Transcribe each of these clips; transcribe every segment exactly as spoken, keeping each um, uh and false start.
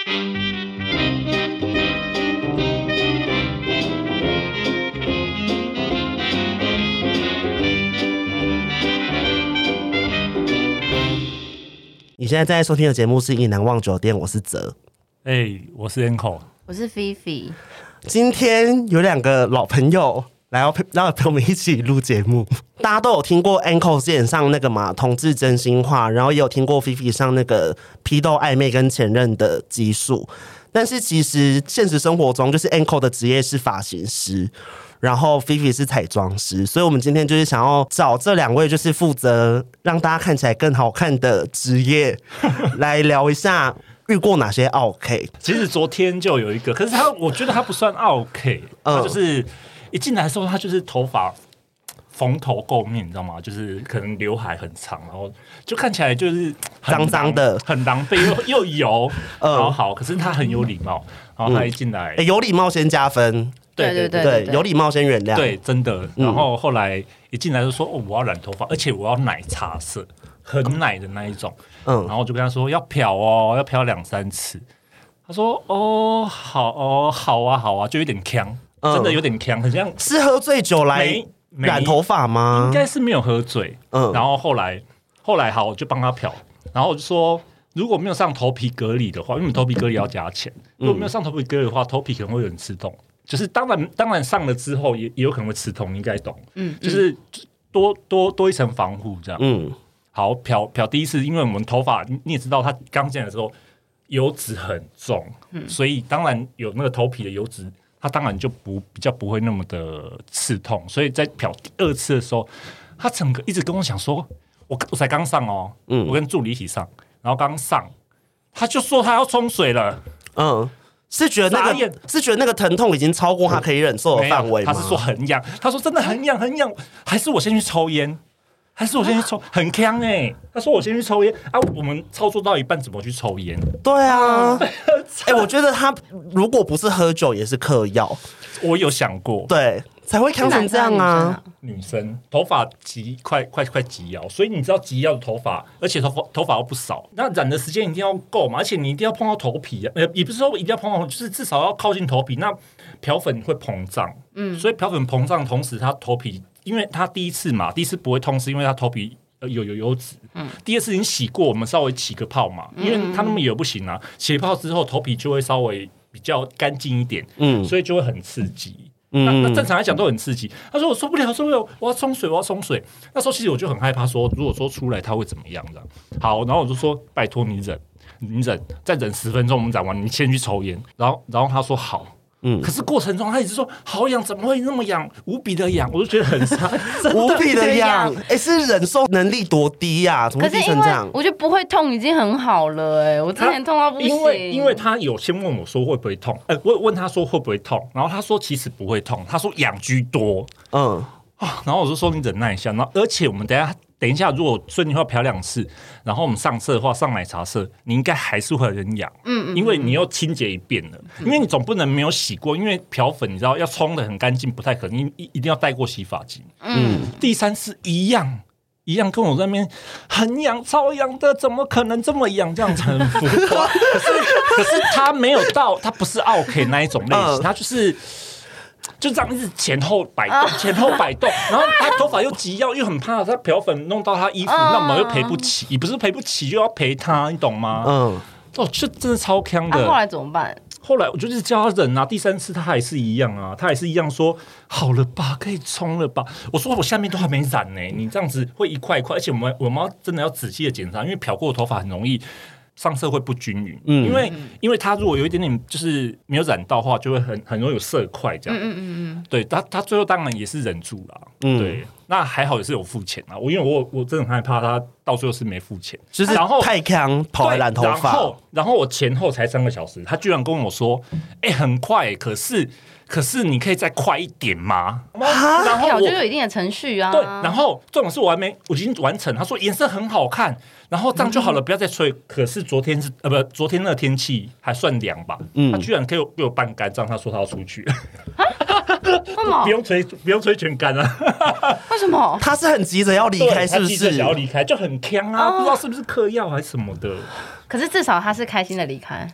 你现在在收听的节目是《意难忘酒店》，我是泽。 哎、欸，我是 Anko， 我是菲菲。 今天有两个老朋友来要陪要陪我们一起录节目。大家都有听过 Anko 之前上那个嘛同志真心话，然后也有听过菲菲上那个批斗暧昧跟前任的集数。但是其实现实生活中，就是 Anko 的职业是发型师，然后 Fifi 是彩妆师，所以我们今天就是想要找这两位就是负责让大家看起来更好看的职业来聊一下遇过哪些 OK。 其实昨天就有一个，可是他我觉得他不算 OK， 他就是一进来的时候他就是头发蓬头垢面，你知道吗？就是可能刘海很长，然后就看起来就是脏脏的， 很狼狈，又又油，然后好，可是他很有礼貌，然后他一进来， 嗯欸、有礼貌先加分。 对对对对, 对，有礼貌先原谅。 对，真的。然后后来一进来就说：“哦，我要染头发，而且我要奶茶色，很奶的那一种。”嗯，然后我就跟他说：“要漂哦，要漂两三次。”他说：“哦，好哦，好啊，好啊，就有点呛，真的有点呛，很像是喝醉酒来染头发吗？ 应该是没有喝醉。嗯，然后后来后来好，我就帮他漂，然后我就说。”如果没有上头皮隔离的话，因为我们头皮隔离要加钱。如果没有上头皮隔离的话，头皮可能会有人吃痛。就是当然，当然上了之后也也有可能会吃痛，你应该懂。嗯，就是多多多一层防护这样。嗯，好，漂漂第一次，因为我们头发你也知道，它刚进来的时候油脂很重，嗯、所以当然有那个头皮的油脂，它当然就不比较不会那么的刺痛。所以在漂第二次的时候，他整个一直跟我讲说，我我才刚上哦，嗯、我跟助理一起上。然后刚上，他就说他要冲水了。嗯， 是觉得那个是觉得那个疼痛已经超过他可以忍受的范围吗？ 他是说很痒，他说真的很痒很痒，还是我先去抽烟，还是我先去抽，很呛哎、欸。他说我先去抽烟啊，我们操作到一半怎么去抽烟？ 对啊，哎、欸，我觉得他如果不是喝酒也是嗑药， 我有想过， 对。才会看成这样啊！ 女生头发及快快快及腰，所以你知道及腰的头发，而且头发头发又不少，那染的时间一定要够嘛，而且你一定要碰到头皮啊，呃，也不是说一定要碰到，就是至少要靠近头皮。那漂粉会膨胀，嗯，所以漂粉膨胀，同时它头皮，因为它第一次嘛，第一次不会痛，是因为它头皮有有油脂，嗯，第二次你洗过，我们稍微起个泡嘛，因为它那么油不行啊，起泡之后头皮就会稍微比较干净一点，嗯，所以就会很刺激。那, 那正常来讲都很刺激。他说我受不了，受不了，我要冲水，我要冲水。那时候其实我就很害怕说，如果说出来他会怎么样这样。好，然后我就说拜托你忍，你忍，再忍十分钟，我们染完，你先去抽烟。然后，然后他说好。嗯，可是过程中他一直说好痒，怎么会那么痒，无比的痒，我就觉得很差， 无比的痒，哎、欸，是忍受能力多低呀、啊？怎么会低成这样？ 我觉得不会痛已经很好了、欸，哎，我之前痛到不行。 因为因为他有先问我说会不会痛，哎、欸，我问他说会不会痛，然后他说其实不会痛，他说痒居多，嗯，然后我就说你忍耐一下，然后而且我们等一下。等一下，如果所以你会漂两次，然后我们上色的话，上奶茶色，你应该还是会很痒，嗯, 嗯，因为你又清洁一遍了，嗯、因为你总不能没有洗过，因为漂粉你知道要冲得很干净不太可能，你一定要带过洗发精，嗯，第三次一样一样跟我在那边很痒超痒的，怎么可能这么痒？这样子很浮夸，可是可是他没有到，他不是 OK 那一种类型，他就是。就这样一直前后摆动，前后摆动，然后他头发又急要，又很怕他漂粉弄到他衣服，那我们又赔不起，也不是赔不起，就要赔他，你懂吗？嗯，哦，这真的超呛的。 啊、后来怎么办？ 后来我就是叫他忍啊，第三次他还是一样啊，他还是一样说好了吧，可以冲了吧。我说我下面都还没染呢、欸，你这样子会一块一块，而且我们我们要真的要仔细的检查，因为漂过的头发很容易。上色会不均匀，嗯、因为因为它如果有一点点就是没有染到的话，就会很很容易有色块这样。嗯嗯嗯对，他他最后当然也是忍住了，嗯、对，那还好也是有付钱啊。我因为我我真的很害怕他到最后是没付钱， 就是太强跑来染头发， 然后然后我前后才三个小时，他居然跟我说，哎、欸，很快、欸，可是。可是你可以再快一点吗？ 然后我就有一定的程序啊。 对，然后重点是我还没，我已经完成。他说颜色很好看，然后这样就好了，不要再吹。可是昨天是呃不，昨天那个天气还算凉吧？嗯，他居然可以给我半干，这样他说他要出去。 为什么？ 不用吹，不用吹全干啊？ 为什么？ 他是很急着要离开，是不是？ 他急着想要离开，就很呛啊，不知道是不是嗑药还是什么的。 可是至少他是开心的离开。 对。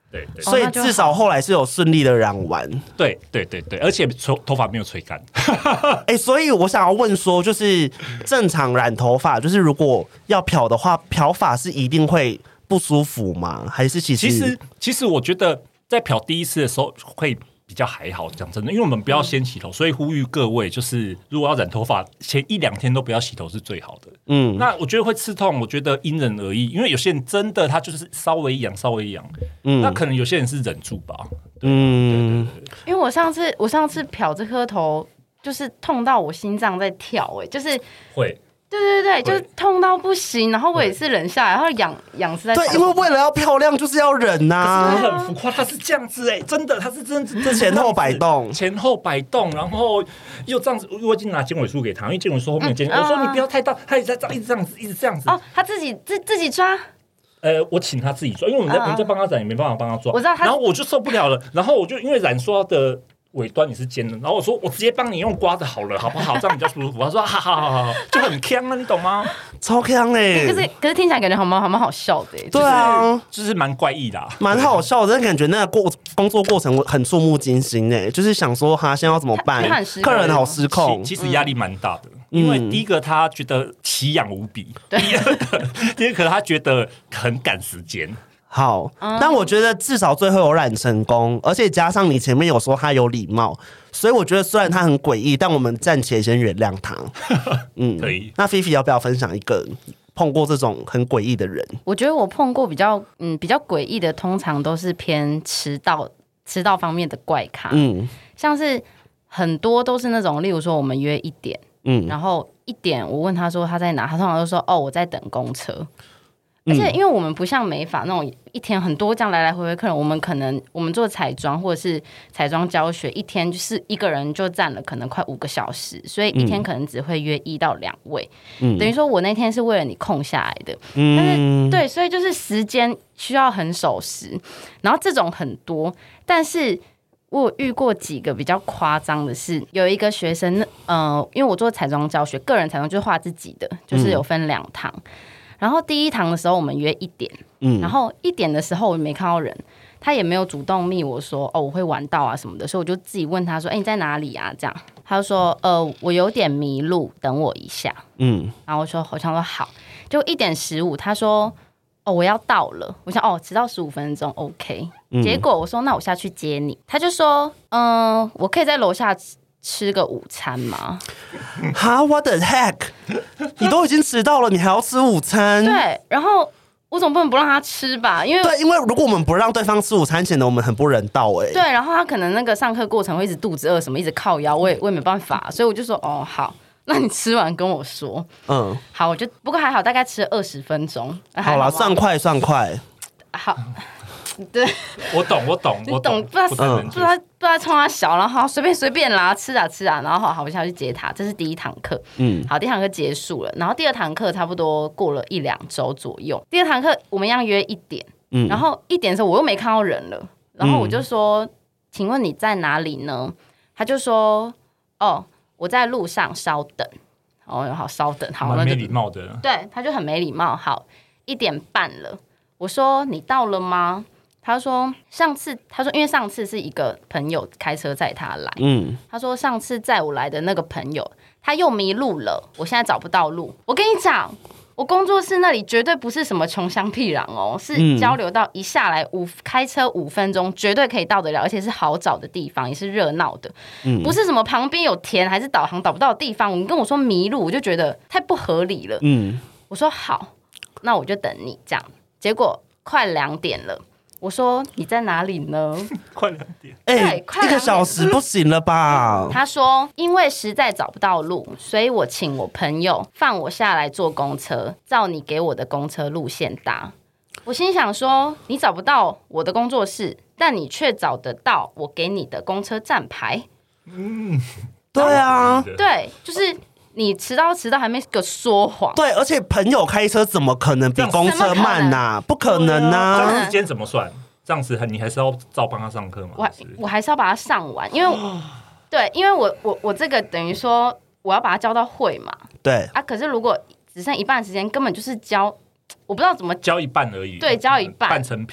对对， 所以至少后来是有顺利的染完。 对对对对，而且头发没有吹干。 哎、欸，所以我想要问说，就是正常染头发，就是如果要漂的话，漂发是一定会不舒服吗？还是其实其实其实我觉得在漂第一次的时候会比较还好，讲真的，因为我们不要先洗头，所以呼吁各位，就是如果要染头发，前一两天都不要洗头是最好的。嗯，那我觉得会刺痛，我觉得因人而异，因为有些人真的他就是稍微痒，稍微痒，嗯，那可能有些人是忍住吧。嗯，对对对对， 因为我上次我上次漂这颗头，就是痛到我心脏在跳、欸，哎，就是会。 对对对，就是痛到不行，然后我也是忍下来，然后痒痒是在对，因为为了要漂亮就是要忍呐、啊。 可是很浮夸，他是这样子哎、欸，真的，他是真的前后摆动， 前后摆动，然后又这样子。我已经拿尖尾梳给他，因为尖尾梳后面有尖、嗯，我说你不要太大，他一直在这样，一直这样子，一直这样子。 哦，他自己自自己抓。 呃，我请他自己抓，因为我们在、嗯、我们在帮他染，也没办法帮他抓。 我知道他， 然后我就受不了了，然后我就因为染刷的尾端也是尖的，然后我说我直接帮你用刮的好了，好不好？这样比较舒服。他说好好好好，就很鏘啊，你懂吗？ 超鏘哎！ 可是可是听起来感觉好蛮好蛮好笑的、欸， 对啊， 就是、就是蛮怪异的、啊， 蛮好笑的。但感觉那个过工作过程很触目惊心哎，就是想说哈，现在要怎么办？客人好失控， 其实压力蛮大的。嗯因为第一个他觉得奇痒无比，嗯、第二个第二个他觉得很赶时间。 好，但我觉得至少最后有染成功，而且加上你前面有说他有礼貌，所以我觉得虽然他很诡异，但我们暂且先原谅他。 嗯，可以。 那菲菲要不要分享一个碰过这种很诡异的人？ 我觉得我碰过比较嗯比较诡异的，通常都是偏迟到迟到方面的怪咖，嗯，像是很多都是那种，例如说我们约一点。嗯，然后一点我问他说他在哪，他通常都说哦我在等公车，而且因为我们不像美发那种一天很多这样来来回回客人，我们可能我们做彩妆或者是彩妆教学，一天就是一个人就占了可能快五个小时，所以一天可能只会约一到两位，嗯、等于说我那天是为了你空下来的，嗯、但是对，所以就是时间需要很守时，然后这种很多，但是。我有遇过几个比较夸张的是，有一个学生，呃，因为我做彩妆教学，个人彩妆就是画自己的，就是有分两堂。嗯、然后第一堂的时候我们约一点，嗯，然后一点的时候我没看到人，他也没有主动密我说哦我会晚到啊什么的，所以我就自己问他说，哎、欸、你在哪里啊？这样，他就说呃我有点迷路，等我一下，嗯，然后我说我想说好，就一点十五，他说。哦，我要到了，我想哦，迟到十五分钟 ，OK、嗯。结果我说那我下去接你，他就说嗯、呃，我可以在楼下吃, 吃个午餐吗？ 哈 ，What the heck？ 你都已经迟到了，你还要吃午餐？ 对，然后我总不能不让他吃吧？因为对，因为如果我们不让对方吃午餐，显得我们很不人道哎、欸。 对，然后他可能那个上课过程会一直肚子饿，什么一直靠腰，我也我也没办法，所以我就说哦好。那你吃完跟我说，嗯，好，我就不过还好，大概吃了二十分钟， 好了，算快算快， 好，对， 我懂，我懂，我懂， 不知道不知道不知道不知道冲他小，然后好随便随便啦，吃啊吃啊，然后好好我下去接他，这是第一堂课，嗯，好，第一堂课结束了，然后第二堂课差不多过了一两周左右，第二堂课我们一样约一点，嗯，然后一点的时候我又没看到人了，然后我就说，嗯、请问你在哪里呢？他就说，哦。我在路上稍等，哦，好，稍等，好， 蛮没礼貌的。 对，他就很没礼貌。好，一点半了，我说你到了吗？他说上次，他说因为上次是一个朋友开车载他来，嗯，他说上次载我来的那个朋友他又迷路了，我现在找不到路。我跟你讲。我工作室那里绝对不是什么穷乡僻壤哦，是交流到一下来五开车五分钟绝对可以到得了，而且是好找的地方，也是热闹的，嗯、不是什么旁边有田还是导航导不到的地方。你跟我说迷路，我就觉得太不合理了。嗯，我说好，那我就等你这样。结果快两点了。我说你在哪里呢？ 快两点， 哎、欸，一个小时不行了吧？ 他说因为实在找不到路，所以我请我朋友放我下来坐公车，照你给我的公车路线搭。我心想说，你找不到我的工作室，但你却找得到我给你的公车站牌。 嗯，对啊， 对，就是你迟到迟到还没个说谎。 对，而且朋友开车怎么可能比公车慢啊？不可能啊！ 这时间怎么算？这样子你还是要照帮他上课吗？ 我还我还是要把他上完，因为对，因为我我我这个等于说我要把他教到会嘛。 对啊， 可是如果只剩一半时间，根本就是教，我不知道怎么教一半而已。 对，教一半半成品。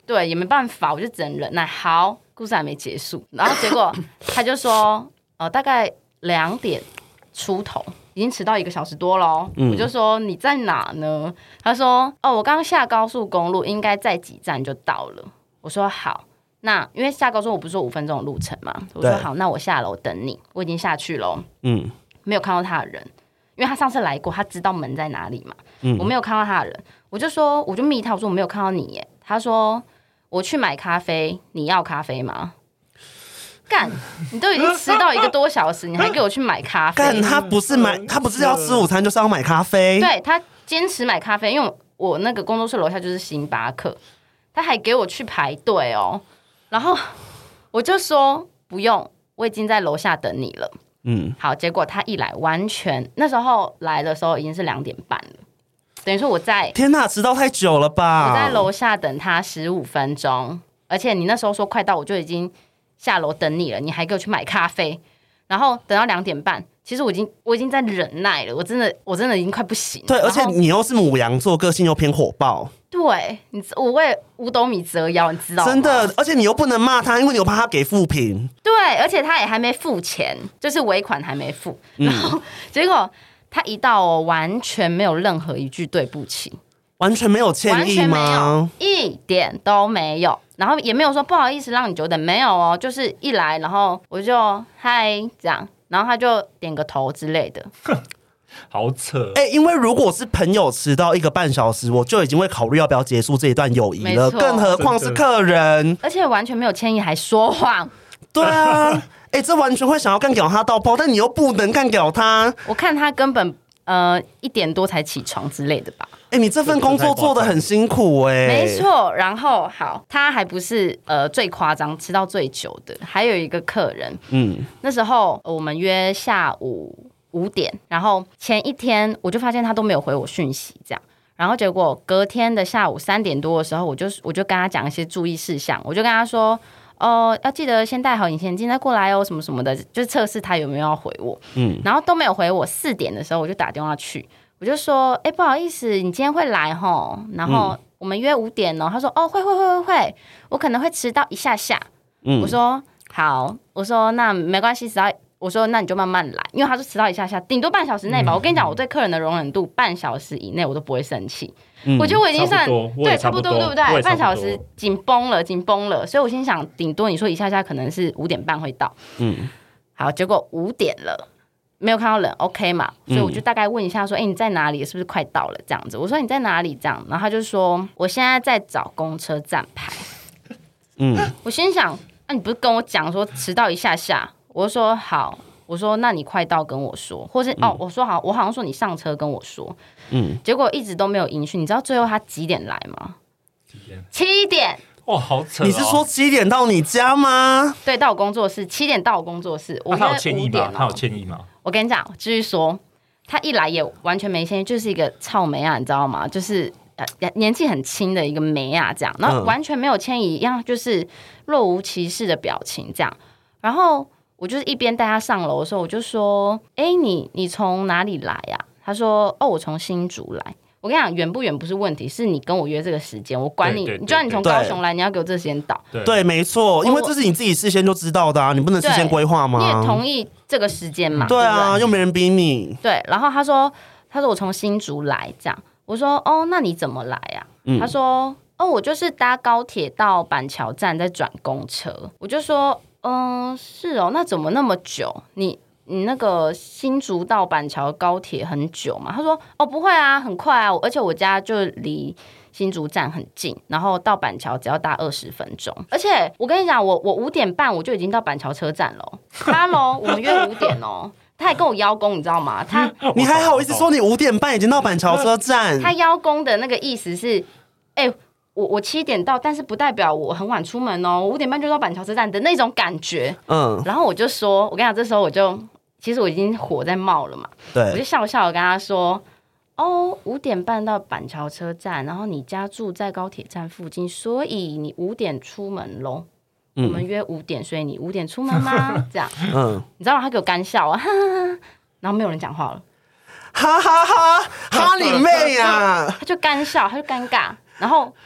对，也没办法，我就只能忍耐。好，故事还没结束，然后结果他就说，呃，大概两点出头，已经迟到一个小时多咯、嗯、我就说你在哪呢？他说，哦，我刚下高速公路，应该再几站就到了。我说好，那因为下高速我不是说五分钟的路程嘛，我说好，那我下楼等你。我已经下去了，嗯，没有看到他的人。因为他上次来过，他知道门在哪里嘛。嗯、我没有看到他的人，我就说，我就密他，我说我没有看到你耶。他说我去买咖啡，你要咖啡吗？干，你都已经迟到一个多小时，你还给我去买咖啡？ 干，他不是买，他不是要吃午餐，就是要买咖啡。 对，他坚持买咖啡，因为我那个工作室楼下就是星巴克，他还给我去排队哦。然后我就说不用，我已经在楼下等你了。嗯，好，结果他一来，完全那时候来的时候已经是两点半了，等于说我在天哪，迟到太久了吧？ 我在楼下等他十五分钟，而且你那时候说快到，我就已经下楼等你了，你还给我去买咖啡，然后等到两点半，其实我已经我已经在忍耐了，我真的我真的已经快不行了。 对，而且你又是牡羊座，个性又偏火爆。 对，你我为五斗米折腰，你知道吗？ 真的，而且你又不能骂他，因为你又怕他给负评。 对，而且他也还没付钱，就是尾款还没付。然后、嗯、结果他一到、哦，完全没有任何一句对不起， 完全没有歉意吗？ 完全没有，一点都没有。然后也没有说不好意思让你久等，没有哦，就是一来，然后我就嗨这样，然后他就点个头之类的。 好扯哎、欸！因为如果是朋友迟到一个半小时，我就已经会考虑要不要结束这一段友谊了，更何况是客人， 而且完全没有歉意，还说谎。 对啊，哎、欸，这完全会想要干掉他到爆，但你又不能干掉他。 我看他根本呃一点多才起床之类的吧。 哎、欸，你这份工作做得很辛苦哎、欸， 没错。然后好，他还不是呃最夸张，迟到最久的，还有一个客人，嗯，那时候我们约下午五点，然后前一天我就发现他都没有回我讯息，这样，然后结果隔天的下午三点多的时候，我就我就跟他讲一些注意事项，我就跟他说，哦，要记得先戴好隐形眼镜再过来哦，什么什么的，就是测试他有没有要回我，嗯，然后都没有回我。四点的时候我就打电话去，我就说，哎，不好意思，你今天会来齁？然后我们约五点哦。他说，哦，会会会会会，我可能会迟到一下下。嗯，我说好，我说那没关系，只要。我说那你就慢慢来，因为他说迟到一下下，顶多半小时内吧。嗯、我跟你讲，我对客人的容忍度，半小时以内我都不会生气。嗯、我觉得我已经算对差不多，对不对？半小时紧绷了，紧绷了。所以我心想，顶多你说一下下可能是五点半会到。嗯，好，结果五点了，没有看到人 ，OK 嘛？所以我就大概问一下说，哎、欸，你在哪里？是不是快到了？这样子，我说你在哪里？这样，然后他就说我现在在找公车站牌。嗯，我心想，那、啊、你不是跟我讲说迟到一下下？我就说好，我说那你快到跟我说，或是、嗯、哦，我说好，我好像说你上车跟我说，嗯，结果一直都没有音讯。你知道最后他几点来吗？ 几点？ 七点。 哇、哦，好扯、哦！ 你是说七点到你家吗？ 对，到我工作室，七点到我工作室。我、 啊、他有歉意吗？他有歉意吗？ 我跟你讲，继续说，他一来也完全没歉意，就是一个臭妹啊，你知道吗？就是呃年纪很轻的一个妹啊，这样，然后完全没有歉意，一样就是若无其事的表情这样，然后。我就是一边带他上楼的时候，我就说：“哎、欸，你你从哪里来呀、啊？”他说：“哦，我从新竹来。”我跟你讲，远不远不是问题，是你跟我约这个时间，我管你。你就算你从高雄来，你要给我这时间到。 对，对没错，因为这是你自己事先就知道的啊，你不能事先规划吗？ 你也同意这个时间嘛？ 对啊， 对对又没人逼你。 对，然后他说：“他说我从新竹来，这样。”我说：“哦，那你怎么来啊？”嗯、他说：“哦，我就是搭高铁到板桥站，再转公车。”我就说。嗯，是哦，那怎么那么久？你你那个新竹到板桥高铁很久吗？他说哦，不会啊，很快啊，而且我家就离新竹站很近，然后到板桥只要搭二十分钟。而且我跟你讲，我我五点半我就已经到板桥车站了。Hello， 我们约五点哦。他还跟我邀功，你知道吗？他你还好意思说你五点半已经到板桥车站？ 他邀功的那个意思是，哎、欸。我我七点到，但是不代表我很晚出门哦。我五点半就到板桥车站的那种感觉。嗯，然后我就说，我跟你讲，这时候我就其实我已经火在冒了嘛。 对， 我就笑笑的跟他说：“哦，五点半到板桥车站，然后你家住在高铁站附近，所以你五点出门咯。嗯、我们约五点，所以你五点出门吗？这样，嗯，你知道吗？他给我干笑啊，哈哈，然后没有人讲话了， 哈哈哈，哈你妹呀、啊！ 他就干笑，他就尴尬，然后。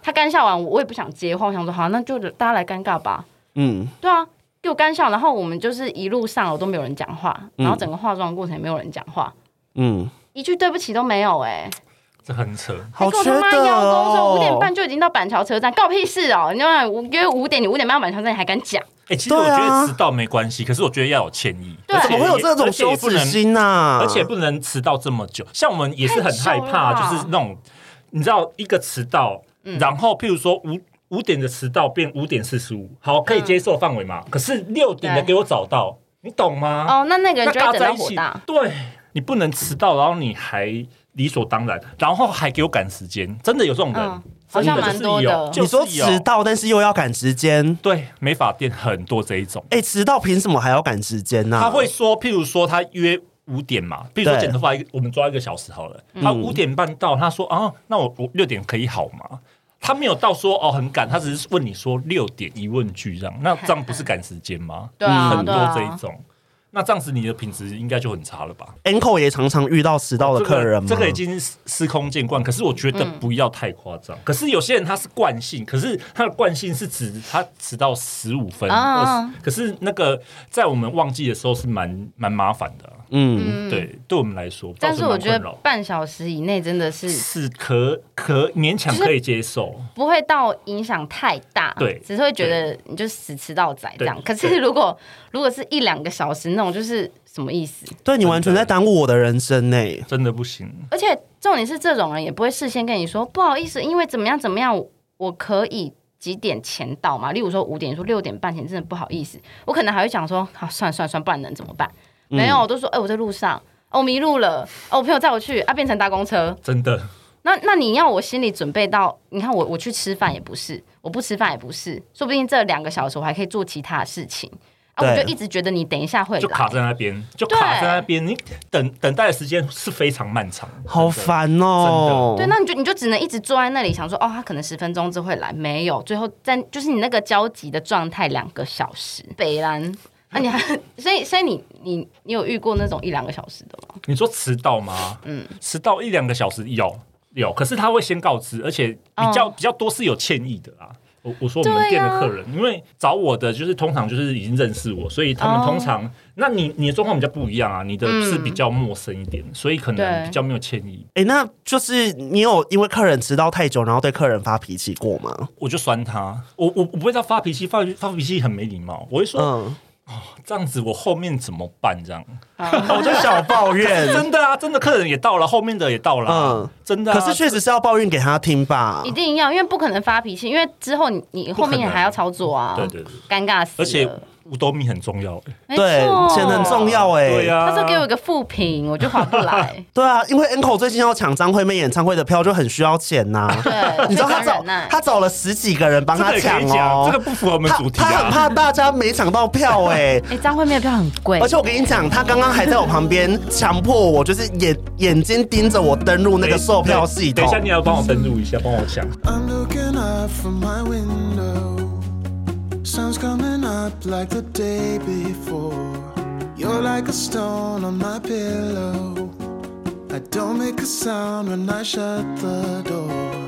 他干笑完，我也不想接话，我想说好，那就大家来尴尬吧。嗯，对啊，给我干笑，然后我们就是一路上我都没有人讲话，然后整个化妆过程也没有人讲话，嗯，一句对不起都没有、欸，哎。 这很扯， 好缺德哦！他妈邀功说五点半就已经到板桥车站，告屁事哦！你知道吗？我约五点，你五点半到板桥车站，你还敢讲？ 哎、欸，其实我觉得迟到没关系，可是我觉得要有歉意。 对， 怎么会有这种羞耻心呢、啊？ 而且不能迟到这么久。像我们也是很害怕，就是那种你知道一个迟到，嗯、然后譬如说五五点的迟到变五点四十五，好可以接受范围嘛？嗯、可是六点的给我早到，你懂吗？ 哦，那那个人就会等到火大。 对，你不能迟到，然后你还。理所当然，然后还给我赶时间，真的有这种人，嗯、 好像蛮多的。 你说迟到，但是又要赶时间， 对，美发店很多这一种。 哎、欸，迟到凭什么还要赶时间呢、啊？ 他会说，譬如说他约五点嘛，譬如说剪头发，我们抓一个小时好了，他五点半到，他说啊，那我我六点可以好吗？他没有到说哦很赶，他只是问你说六点疑问句这样，那这样不是赶时间吗？ 对啊， 很多这一种。那这样子你的品质应该就很差了吧 ？Anko 也常常遇到迟到的客人吗？ 这个、这个已经司空见惯，可是我觉得不要太夸张。嗯、可是有些人他是惯性，可是他的惯性是指他迟到十五分、啊，可是那个在我们旺季的时候是蛮蛮麻烦的、啊。嗯，对，对我们来说， 但是我觉得半小时以内真的是是可可勉强可以接受，就是、 不会到影响太大， 对， 只是会觉得你就死迟到仔这样。可是如果如果是一两个小时那种，就是什么意思？ 对你完全在耽误我的人生呢、欸， 真的不行。 而且重点是这种人也不会事先跟你说不好意思，因为怎么样怎么样，我可以几点前到嘛？例如说五点，说六点半前真的不好意思，我可能还会讲说好算了算了算了，不然能怎么办？嗯、没有，我都说哎、欸、我在路上。哦，迷路了，哦，我朋友载我去，啊，变成搭公车， 真的。 那那你要我心里准备到，你看我我去吃饭也不是，我不吃饭也不是，说不定这两个小时我还可以做其他的事情，啊，我就一直觉得你等一下会来， 就卡在那边，就卡在那边，你等等待的时间是非常漫长， 好烦哦。 对，那你就你就只能一直坐在那里想说，哦，他可能十分钟就会来，没有，最后在就是你那个焦急的状态两个小时，北兰。啊、你还所以所以你你你有遇过那种一两个小时的吗？ 你说迟到吗？嗯，迟到一两个小时有有，可是他会先告知，而且比较、哦、比较多是有歉意的啦。我我说我们店的客人、啊，因为找我的就是通常就是已经认识我，所以他们通常，哦、那你你的状况比较不一样啊，你的是比较陌生一点，嗯、所以可能比较没有歉意。 哎、欸，那就是你有因为客人迟到太久，然后对客人发脾气过吗？ 我就酸他，我我我不会叫发脾气，发发脾气很没礼貌，我会说。嗯哦，这样子我后面怎么办？这样， 我就小抱怨。 真的啊，真的，客人也到了，后面的也到了、啊，嗯，真的、啊。 可是确实是要抱怨给他听吧， 一定要，因为不可能发脾气，因为之后你你后面还要操作啊， 对对对， 尴尬死了。 而且五斗米很重要、 欸，对，钱很重要哎、欸， 对呀、啊。 他说给我一个负评，我就划不来。 对啊，因为 Anko 最近要抢张惠妹演唱会的票，就很需要钱呐、啊。 对， 你知道他找他找了十几个人帮他抢哦、 喔，这个不符合我们主题、啊他。他很怕大家没抢到票哎、欸。 哎、欸，张惠妹的票很贵， 而且我跟你讲，他刚刚还在我旁边强迫我，就是眼眼睛盯着我登录那个售票系统。 等一下，你要帮我登录一下，帮我抢。 Sun's coming up like the day before. You're like a stone on my pillow. I don't make a sound when I shut the door.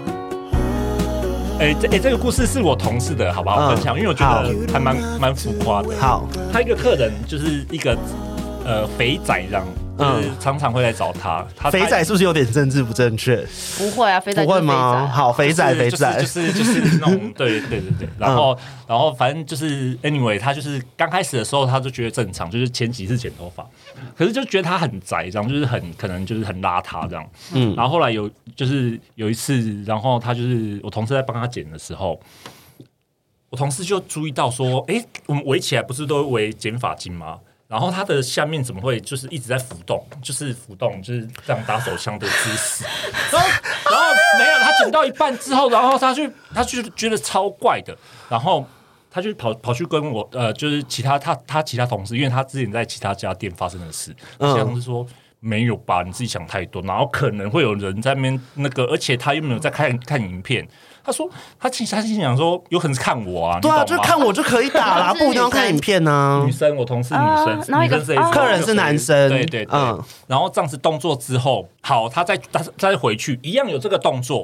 哎、欸，这哎、欸，这个故事是我同事的，好不好？分享、嗯，因为我觉得还蛮蛮浮夸的。 好， 他一个客人就是一个呃肥仔这样。就是常常会来找他，他肥仔是不是有点政治不正确？ 不会啊，肥仔不会吗？好，肥仔，肥仔就是就是就是那种，对对对对。然后、嗯、然后反正就是 anyway， 他就是刚开始的时候他就觉得正常，就是前几次剪头发，可是就觉得他很宅，这样就是很可能就是很邋遢这样。嗯，然后后来有就是有一次，然后他就是我同事在帮他剪的时候，我同事就注意到说，哎、欸，我们围起来不是都围剪发巾吗？然后它的下面怎么会就是一直在浮动，就是浮动，就是这样打手枪的姿势。然后，然后没有，他剪到一半之后，然后他去，他就觉得超怪的。然后他就跑跑去跟我，呃，就是其他他他其他同事，因为他之前在其他家店发生的事，其他同事说没有吧，你自己想太多。然后可能会有人在那边那个，而且他又没有在看看影片。他说：“他其实他心想说，有可能是看我啊， 对啊，就看我就可以打啦，不一定要看影片啊。 女生，我同事女生， 然后一个客人是男生， 对对对。嗯，然后这样子动作之后，好，他再他再回去，一样有这个动作，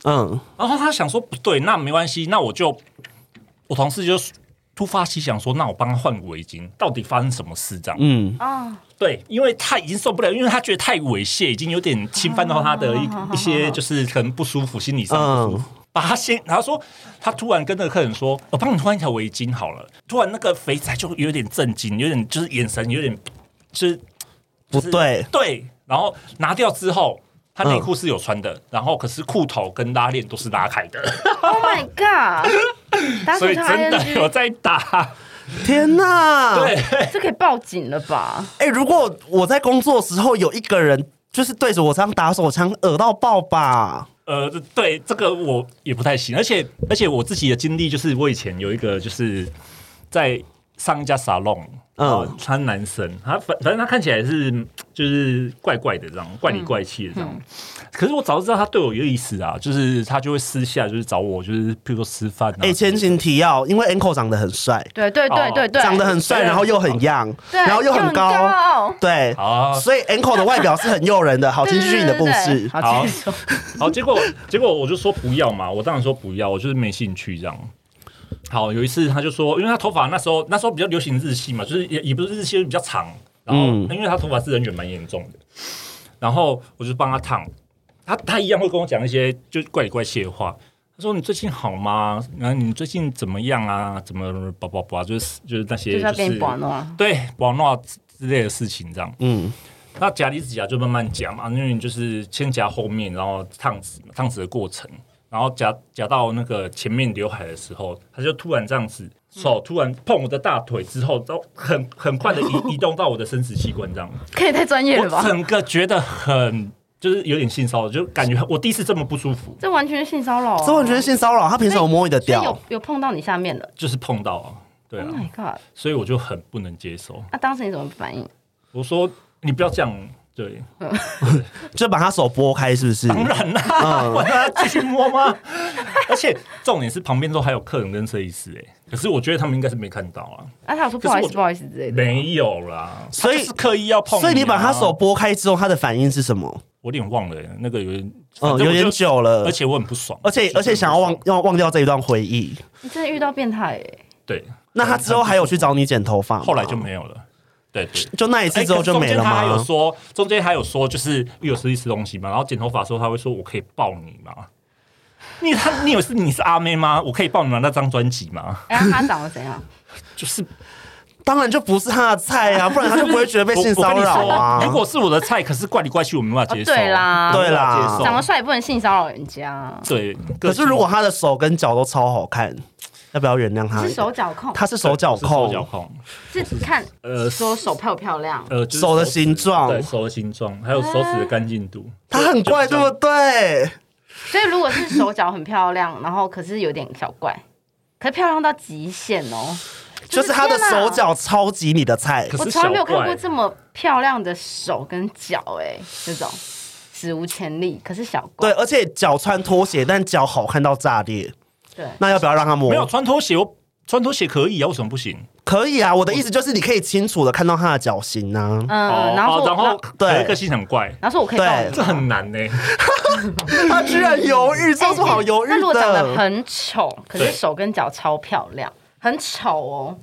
嗯，然后他想说不对，那没关系，那我就我同事就突发奇想说，那我帮他换围巾，到底发生什么事这样？嗯啊，对，因为他已经受不了，因为他觉得太猥亵，已经有点侵犯到他的一、哦、一些就是可能不舒服，心理上不舒服。嗯，把他先，他说他突然跟那个客人说：“我帮你换一条围巾好了。”突然那个肥仔就有点震惊，有点就是眼神有点就是、就是、 不对， 对。然后拿掉之后，他内裤是有穿的，嗯、然后可是裤头跟拉链都是拉开的。 Oh my god！ 所以真的有在打。 天哪！ 对， 这可以报警了吧？ 哎、欸，如果我在工作的时候有一个人就是对着我这样打手枪，恶到爆吧？ 呃，对，这个我也不太行，而且而且我自己的经历就是，我以前有一个就是在上一家沙龙，嗯，穿男生，他反反正他看起来是就是怪怪的这样，怪里怪气的这样。嗯嗯、可是我早就知道他对我有意思啊，就是他就会私下就是找我，就是譬如说吃饭、啊。 哎、欸，前情提要，因为 Ankle 长得很帅， 对对对对对， 长得很帅，然后又很 young， 然后又很高，高对，所以 Ankle 的外表是很诱人的。好，请继续你的故事。 好，好，结果结果我就说不要嘛，我当然说不要，我就是没兴趣这样。好，有一次他就说，因为他头发那时候那时候比较流行日系嘛，就是也也不是日系，比较长，然后、嗯、因为他头发是人卷蛮严重的，然后我就帮他烫，他他一样会跟我讲一些就怪里怪气的话。他说：“你最近好吗？然后你最近怎么样啊？怎么叭叭叭，就是就是那些就是要给你保诺， 对保诺之类的事情这样。嗯，那夹离子夹就慢慢夹嘛，因为你就是先夹后面，然后烫直烫直的过程。”然后夹夹到那个前面刘海的时候，他就突然这样子，手突然碰我的大腿之后，都很很快的移移动到我的生殖器官，这样。 可以太专业了吧？ 我整个觉得很就是有点性骚扰，就感觉我第一次这么不舒服。 这完全是性骚扰、啊， 这完全是性骚扰。他凭什么摸你的屌？ 有有碰到你下面的？ 就是碰到啊，对啊。 Oh my god！ 所以我就很不能接受。 那、啊、当时你怎么反应？ 我说你不要这样。对， 就把他手拨开，是不是？ 当然啦、啊，我、嗯、让他继续摸吗？而且重点是旁边都还有客人跟设计师哎，可是我觉得他们应该是没看到啊。 啊，他有说不好意思，不好意思之类的。 没有啦，所以是刻意要碰、啊。 所以你把他手拨开之后，他的反应是什么？ 我有点忘了，那个有点， 嗯，有点久了， 而且我很不爽， 而且而且想要忘要忘掉这一段回忆。 你真的遇到变态哎。 对， 那他之后还有去找你剪头发吗？ 后来就没有了。对对， 就那一次之后就没了吗？ 中间他还有说，中间还有说，就是有实际吃东西嘛，然后剪头发的时候他会说：“我可以抱你吗？”你他你以为是你是阿妹吗？我可以抱你吗？那张专辑吗？ 哎、欸，他长得怎样？ 就是， 当然就不是他的菜啊，不然他就不会觉得被性骚扰啊。 如果是我的菜，可是怪里怪气，我没办法接受。 哦、对啦， 对啦， 长得帅也不能性骚扰人家。 对， 可是如果他的手跟脚都超好看。要不要原谅他？ 是手脚控， 他是手脚控， 手脚控是看呃说手漂不漂亮， 呃、就是、 手的形状， 对手的形状，还有手指的干净度。 他很怪，对不对？ 所以如果是手脚很漂亮，然后可是有点小怪，可是漂亮到极限哦， 就是他的手脚超级你的菜。 我从来没有看过这么漂亮的手跟脚，哎，这种史无前例。可是小怪， 对，而且脚穿拖鞋，但脚好看到炸裂。 对， 那要不要让他摸？ 没有穿拖鞋，我穿拖鞋可以啊，为什么不行？ 可以啊，我的意思就是你可以清楚的看到他的脚型啊。 嗯，然后然后对，个性很怪， 然后说我可以抱你， 这很难呢、欸。 他居然犹豫，这是好犹豫的。 那如果长得很丑，可是手跟脚超漂亮，很丑哦，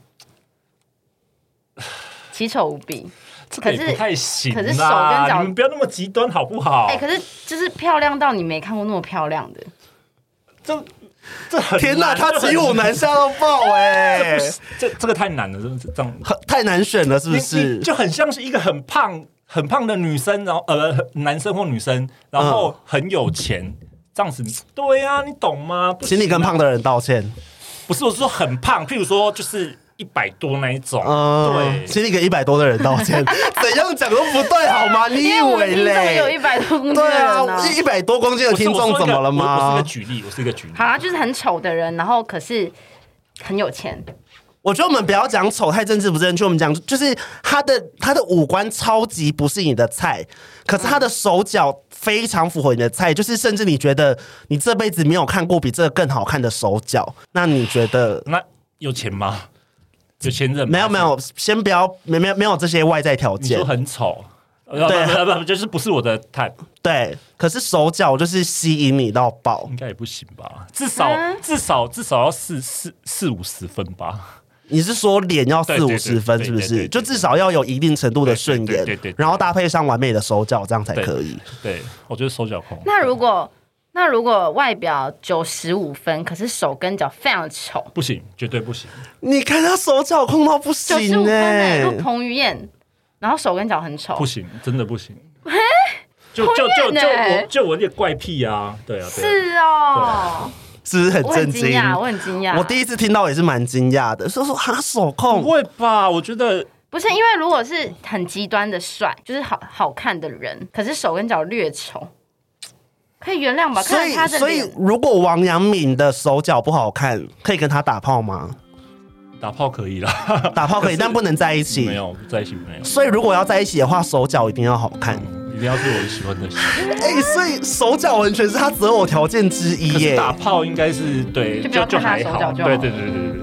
奇丑无比。 可是不太行， 可是手跟脚， 你们不要那么极端好不好？ 哎、欸，可是就是漂亮到你没看过那么漂亮的， 这。这很天哪，他骑虎难下到爆哎、 欸！这这个太难了，这样太难选了，是不是？ 就很像是一个很胖、很胖的女生，然后呃，男生或女生，然后很有钱，嗯、这样子。对啊，你懂吗？ 请你跟胖的人道歉。 不是，我是说很胖，譬如说就是一百多那一种。 嗯，对，请你给一百多的人道歉。怎样讲都不对好吗？你以为嘞？ 有一百多公斤的人、啊，对啊，一百多公斤的听众怎么了吗？ 我是一个举例，我是一个举例。 好啦，就是很丑的人，然后可是很有钱。 我觉得我们不要讲丑太政治不正确，我们讲就是他的他的五官超级不是你的菜，可是他的手脚非常符合你的菜，就是甚至你觉得你这辈子没有看过比这个更好看的手脚，那你觉得那有钱吗？有钱人没有没有，先不要没没没有这些外在条件。 你说很丑， 对，不不就是不是我的 type。 对，可是手脚就是吸引你到爆， 应该也不行吧？至少、嗯、至少至少要四四四五十分吧。 你是说脸要四五十分是不是？就至少要有一定程度的顺眼，然后搭配上完美的手脚，这样才可以。 对，对我觉得手脚控。 那如果那如果外表九十五分，可是手跟脚非常丑， 不行，绝对不行。 你看他手脚控到不行哎、欸，九十五分哎、 欸，彭于晏，然后手跟脚很丑， 不行，真的不行。就就就就我就我有点怪癖啊，对啊，对啊是哦， 是不是很震惊？ 我很惊讶， 我第一次听到也是蛮惊讶的，说说哈手控， 不会吧？我觉得不是，因为如果是很极端的帅，就是好好看的人，可是手跟脚略丑，可以原谅吧？ 所以看他的所以如果王阳明的手脚不好看，可以跟他打炮吗？ 打炮可以啦， 打炮可以，但不能在一起。 没有在一起没有。 所以如果要在一起的话，手脚一定要好看。 一定要是我喜欢的型。 哎、欸，所以手脚完全是他择偶条件之一耶。 打炮应该是对， 就不要看他手脚就好。 对对对对对。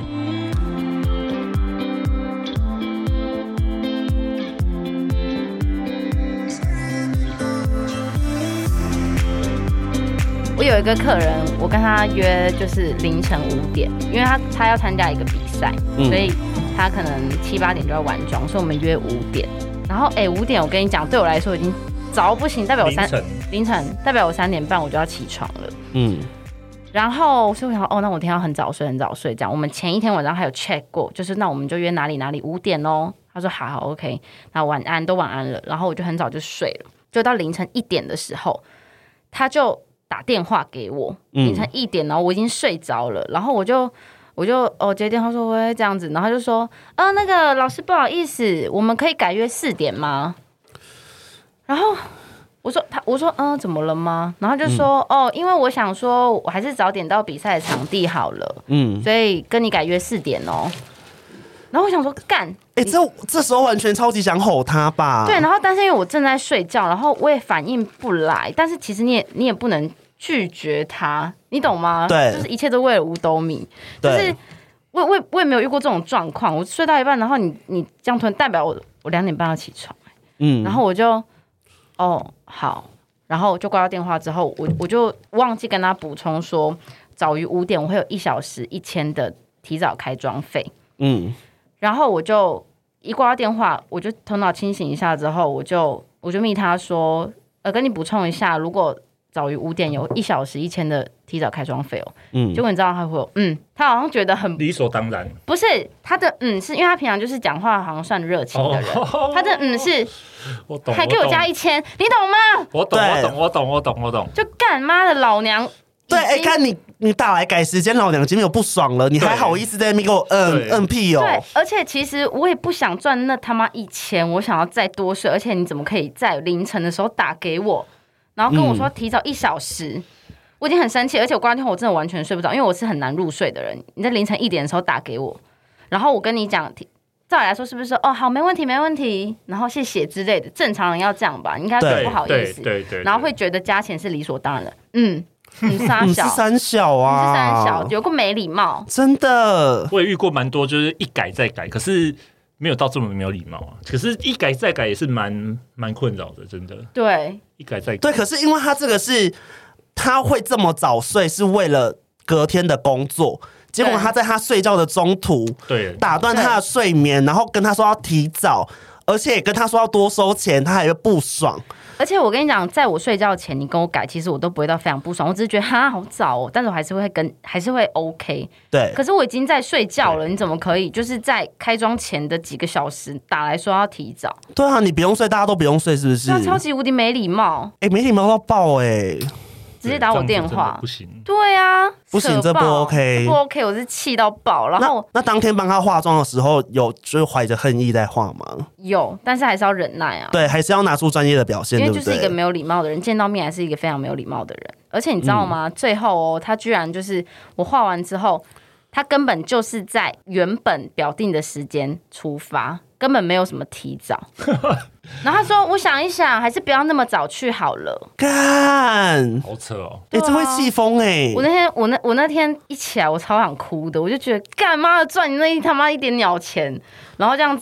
我有一个客人，我跟他约就是凌晨五点，因为他他要参加一个比赛、嗯，所以他可能七八点就要完妆，所以我们约五点。然后哎，五点我跟你讲，对我来说已经早不行，代表我三凌晨，代表我三点半我就要起床了。嗯，然后所以我想，哦，那我今天要很早睡，很早睡这样。我们前一天晚上还有 check 过，就是那我们就约哪里哪里五点哦。他说好好 OK， 那晚安都晚安了。然后我就很早就睡了，就到凌晨一点的时候，他就打电话给我，凌晨一点，然后我已经睡着了，然后我就。我就哦接电话说喂这样子，然后他就说啊那个老师不好意思，我们可以改约四点吗？然后我说他我说嗯怎么了吗？然后就说、嗯、哦因为我想说我还是早点到比赛的场地好了，嗯，所以跟你改约四点哦。然后我想说干， 哎、欸、这这时候完全超级想吼他吧？ 对，然后但是因为我正在睡觉，然后我也反应不来，但是其实你也你也不能拒绝他。你懂吗？ 对， 就是一切都为了五斗米。就是我我我也没有遇过这种状况，我睡到一半，然后你你这样突然代表我我两点半要起床，嗯，然后我就哦好，然后就挂掉电话之后，我我就忘记跟他补充说，早于五点我会有一小时一千的提早开庄费，嗯，然后我就一挂掉电话，我就头脑清醒一下之后，我就我就密他说，呃，跟你补充一下，如果早于五点有一小时一千的提早开庄费哦，嗯，结果你知道他会有，嗯，他好像觉得很理所当然， 不是他的嗯，是因为他平常就是讲话好像算热情的人，哦、他的嗯是， 我懂， 还给我加一千，你懂吗？ 我懂，我懂，我懂，我懂，我懂， 就干妈的老娘， 对，哎、欸，看你你打来改时间，老娘已经有不爽了，你还好意思在那边给我嗯嗯屁哦？ 对，而且其实我也不想赚那他妈一千，我想要再多睡，而且你怎么可以在凌晨的时候打给我？然后跟我说提早一小时、嗯，我已经很生气，而且我挂电话我真的完全睡不着，因为我是很难入睡的人。你在凌晨一点的时候打给我，然后我跟你讲，照理来说是不是说哦好没问题没问题，然后谢谢之类的，正常人要这样吧，应该觉得不好意思， 对对 对, 对， 然后会觉得加钱是理所当然的，嗯，你三小， 你是三小啊， 你是三小，有个没礼貌， 真的， 我也遇过蛮多，就是一改再改，可是。没有到这么没有礼貌啊，可是一改再改也是蛮蛮困扰的，真的。 对， 一改再改。 对，可是因为他这个是他会这么早睡，是为了隔天的工作，结果他在他睡觉的中途， 对， 打断他的睡眠，然后跟他说要提早，而且也跟他说要多收钱，他还会不爽。 而且我跟你讲，在我睡觉前你跟我改，其实我都不会到非常不爽，我只是觉得哈好早哦，但是我还是会跟还是会 OK。 对， 可是我已经在睡觉了，你怎么可以就是在开庄前的几个小时打来说要提早？ 对啊，你不用睡，大家都不用睡，是不是？ 那超级无敌没礼貌， 哎、欸，没礼貌到爆哎、欸！ 直接打我电话不行， 对啊， 不行，这不 OK， 不 OK， 我是气到爆。然后那, 那当天帮他化妆的时候，有就是怀着恨意在化吗？ 有，但是还是要忍耐啊。 对，还是要拿出专业的表现， 因为就是一个没有礼貌的人，见到面还是一个非常没有礼貌的人。而且你知道吗？嗯、最后哦，他居然就是我化完之后，他根本就是在原本表定的时间出发，根本没有什么提早。然后他说：“我想一想，还是不要那么早去好了。” 干， 好扯哦！ 哎、欸，这会气疯哎！ 我那天，我那我那天一起来，我超想哭的，我就觉得干妈的赚你那一他妈一点鸟钱，然后这样子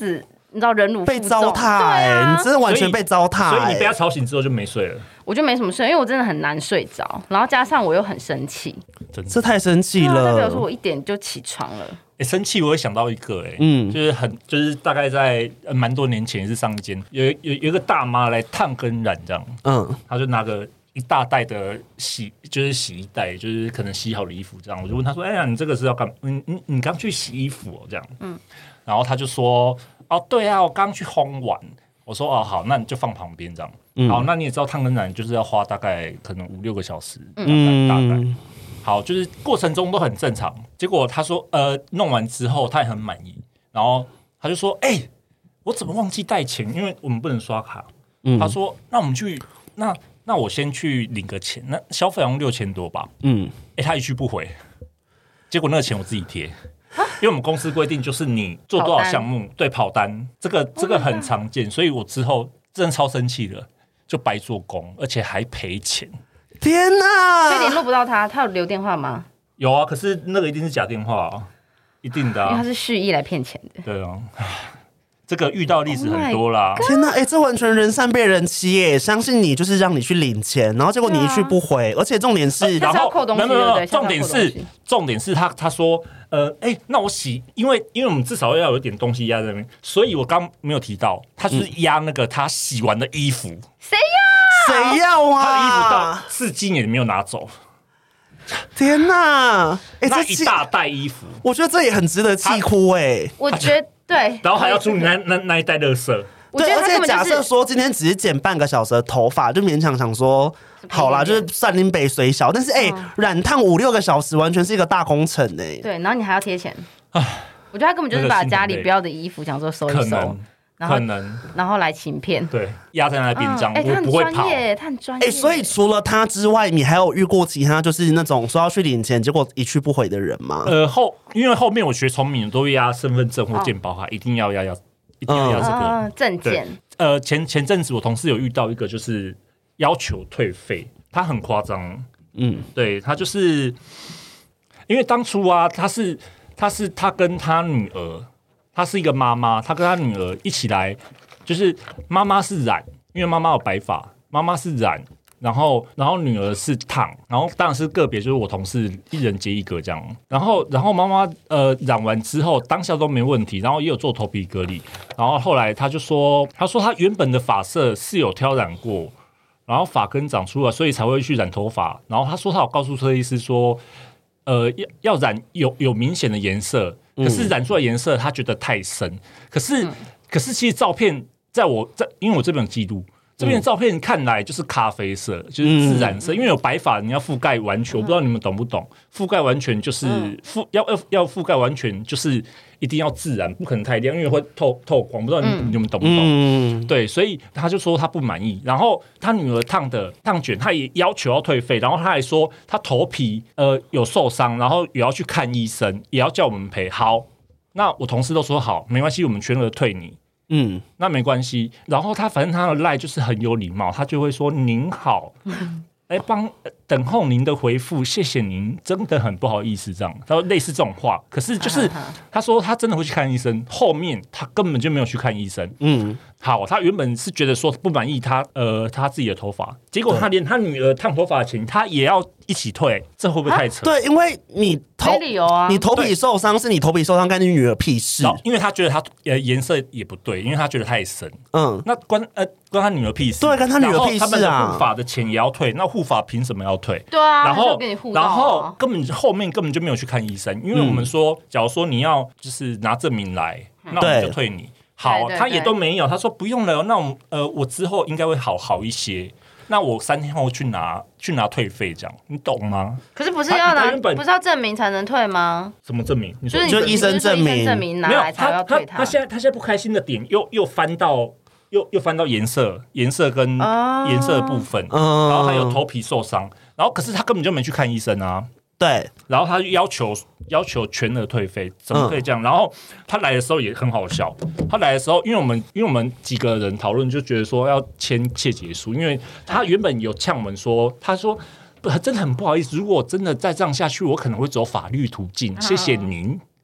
你知道忍辱负重被糟蹋、欸啊，你真的完全被糟蹋、欸， 所以你被他吵醒之后就没睡了。 我就没什么睡，因为我真的很难睡着，然后加上我又很生气， 这太生气了。 代表说我一点就起床了。 欸、生气我会想到一个、欸，哎，嗯，就是很就是大概在蛮多年前也是上一间有有有一个大妈来烫跟染这样，嗯，她就拿个一大袋的洗就是洗衣袋，就是可能洗好的衣服这样，我就问她说，哎呀，你这个是要干？你你你刚去洗衣服哦这样，嗯，然后她就说，哦对啊，我刚去烘完。我说哦好，那你就放旁边这样。嗯、好，那你也知道烫跟染就是要花大概可能五六个小时，嗯、大概大概。好，就是过程中都很正常。结果他说呃弄完之后他也很满意，然后他就说哎、欸，我怎么忘记带钱？因为我们不能刷卡。嗯、他说那我们去那那我先去领个钱，那消费好像六千多吧。嗯，哎、欸、他一去不回，结果那个钱我自己贴。因为我们公司规定就是你做多少项目对跑单，这个这个很常见，所以我之后真的超生气的，就白做工，而且还赔钱。 天哪！ 所以联络不到他，他有留电话吗？ 有啊，可是那个一定是假电话、啊，一定的、啊， 因为他是蓄意来骗钱的。 对啊。这个遇到例子很多啦， oh、 天哪！哎、欸，这完全人善被人欺耶！相信你就是让你去领钱，然后结果你一去不回，啊、而且重点是， 然后没有没有，重点是重点是他他说，呃，哎、欸，那我洗，因为因为我们至少要有一点东西压在那边，所以我刚没有提到，他就是压那个他洗完的衣服， 谁要？ 谁要啊？ 他的衣服到至今也没有拿走。 天哪！哎、欸， 那一大袋衣服， 我觉得这也很值得气哭哎。 我觉得。对， 然后还要处理那那那一袋垃圾。 对，而且假设说今天只是剪半个小时的头发，就勉强想说好啦，就是算林北虽小，但是哎、欸嗯，染烫五六个小时，完全是一个大工程哎、欸。 对，然后你还要贴钱，我觉得他根本就是把家里不要的衣服想说收一收。 可能， 然后来行骗， 对，压在那边这样， 哎、欸， 我不会跑， 他很专业， 哎、欸，所以除了他之外，你还有遇过其他就是那种说要去领钱，结果一去不回的人吗？ 呃，后因为后面我学聪明，都会压身份证或健保卡、哦，一定要压压，一定要压这个、 嗯、证件。 呃，前前阵子我同事有遇到一个，就是要求退费，他很夸张，嗯，对他就是因为当初啊，他是他是他跟他女儿。她是一个妈妈，她跟她女儿一起来，就是妈妈是染，因为妈妈有白发，妈妈是染，然后然后女儿是烫，然后当然是个别，就是我同事一人接一个这样，然后然后妈妈呃染完之后当下都没问题，然后也有做头皮隔离，然后后来她就说，她说她原本的发色是有挑染过，然后发根长出来，所以才会去染头发，然后她说她有告诉设计师说，呃要要染有有明显的颜色。可是染出来颜色，他觉得太深。可是，嗯、可是其实照片在我在，因为我这边有记录，这边的照片看来就是咖啡色，就是自然色。嗯、因为有白发，你要覆盖完全，我不知道你们懂不懂？覆盖完全就是覆要要要覆盖完全就是一定要自然，不可能太亮，因为会透透光。不知道你、嗯、你们懂不懂？嗯、对，所以他就说他不满意。然后他女儿烫的烫卷，他也要求要退费。然后他还说他头皮呃有受伤，然后也要去看医生，也要叫我们赔。好，那我同事都说好，没关系，我们全额退你。嗯，那没关系。然后他反正他的赖就是很有礼貌，他就会说您好。来帮等候您的回复，谢谢您，真的很不好意思这样。他说类似这种话，可是就是他说他真的会去看医生，后面他根本就没有去看医生。嗯，好，他原本是觉得说不满意他呃他自己的头发，结果他连他女儿烫头发的钱他也要一起退，这会不会太扯？ 对，因为你头没理由啊， 你头皮受伤是你头皮受伤，干你女儿屁事。 因为他觉得他呃颜色也不对，因为他觉得太深。嗯，那关呃关他女儿屁事。 对，跟他女儿屁事啊。 他们的护发的钱也要退，那护发凭什么要退？ 对啊， 然后给你护然后根本后面根本就没有去看医生，因为我们说，嗯、假如说你要就是拿证明来，那我们就退你。好，他也都没有，他说不用了，那我呃我之后应该会好好一些。那我三天后去拿去拿退费，这样你懂吗？ 可是不是要拿，不是要证明才能退吗？ 什么证明？你说就是医生证明， 证明拿来才要退他。 他现在他现在不开心的点又又翻到。又又翻到颜色，颜色跟颜色的部分，哦、然后还有头皮受伤，然后可是他根本就没去看医生啊。 对， 然后他就要求要求全额退费，怎么可以这样？嗯、然后他来的时候也很好笑，他来的时候，因为我们因为我们几个人讨论，就觉得说要签切结书，因为他原本有呛我们说，他说真的很不好意思，如果真的再这样下去，我可能会走法律途径，谢谢您。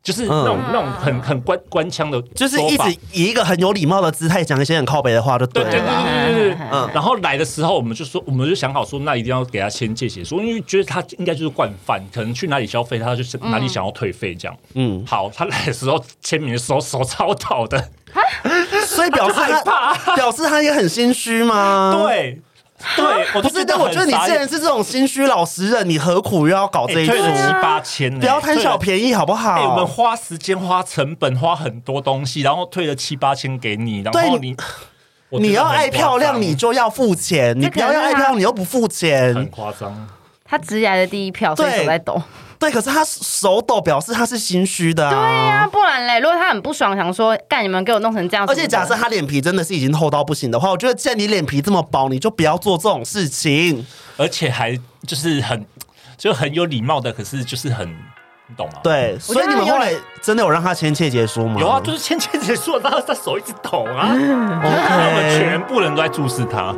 就是那种、嗯、那种很很官官腔的， 就是一直以一个很有礼貌的姿态讲一些很靠北的话，就对了。 对对对对对。嗯。然后来的时候，我们就说，我们就想好说，那一定要给他签借血书，因为觉得他应该就是惯犯，可能去哪里消费，他就哪里想要退费这样。嗯。好，他来的时候签名的时候手超抖的， 所以表示他表示他也很心虚吗？ 对。对，我不是，但我觉得你既然是这种心虚老实人，你何苦又要搞这一出？ 退了七八千、欸， 不要贪小便宜好不好？ 欸、我们花时间、花成本、花很多东西，然后退了七八千给你，然后你你要爱漂亮，你就要付钱；你不要要爱漂亮，你又不付钱， 很夸张。 他直来的第一票，所以手在抖。 对，可是他手抖表示他是心虚的啊。 对呀、啊，不然嘞，如果他很不爽，想说干你们给我弄成这样， 而且假设他脸皮真的是已经厚到不行的话，我觉得既然你脸皮这么薄，你就不要做这种事情， 而且还就是很就很有礼貌的，可是就是很。你懂吗？ 对，所以你们后来真的有让他签切结书吗？ 有啊，就是签切结书，然后他手一直抖啊，然后我们全部人都在注视他。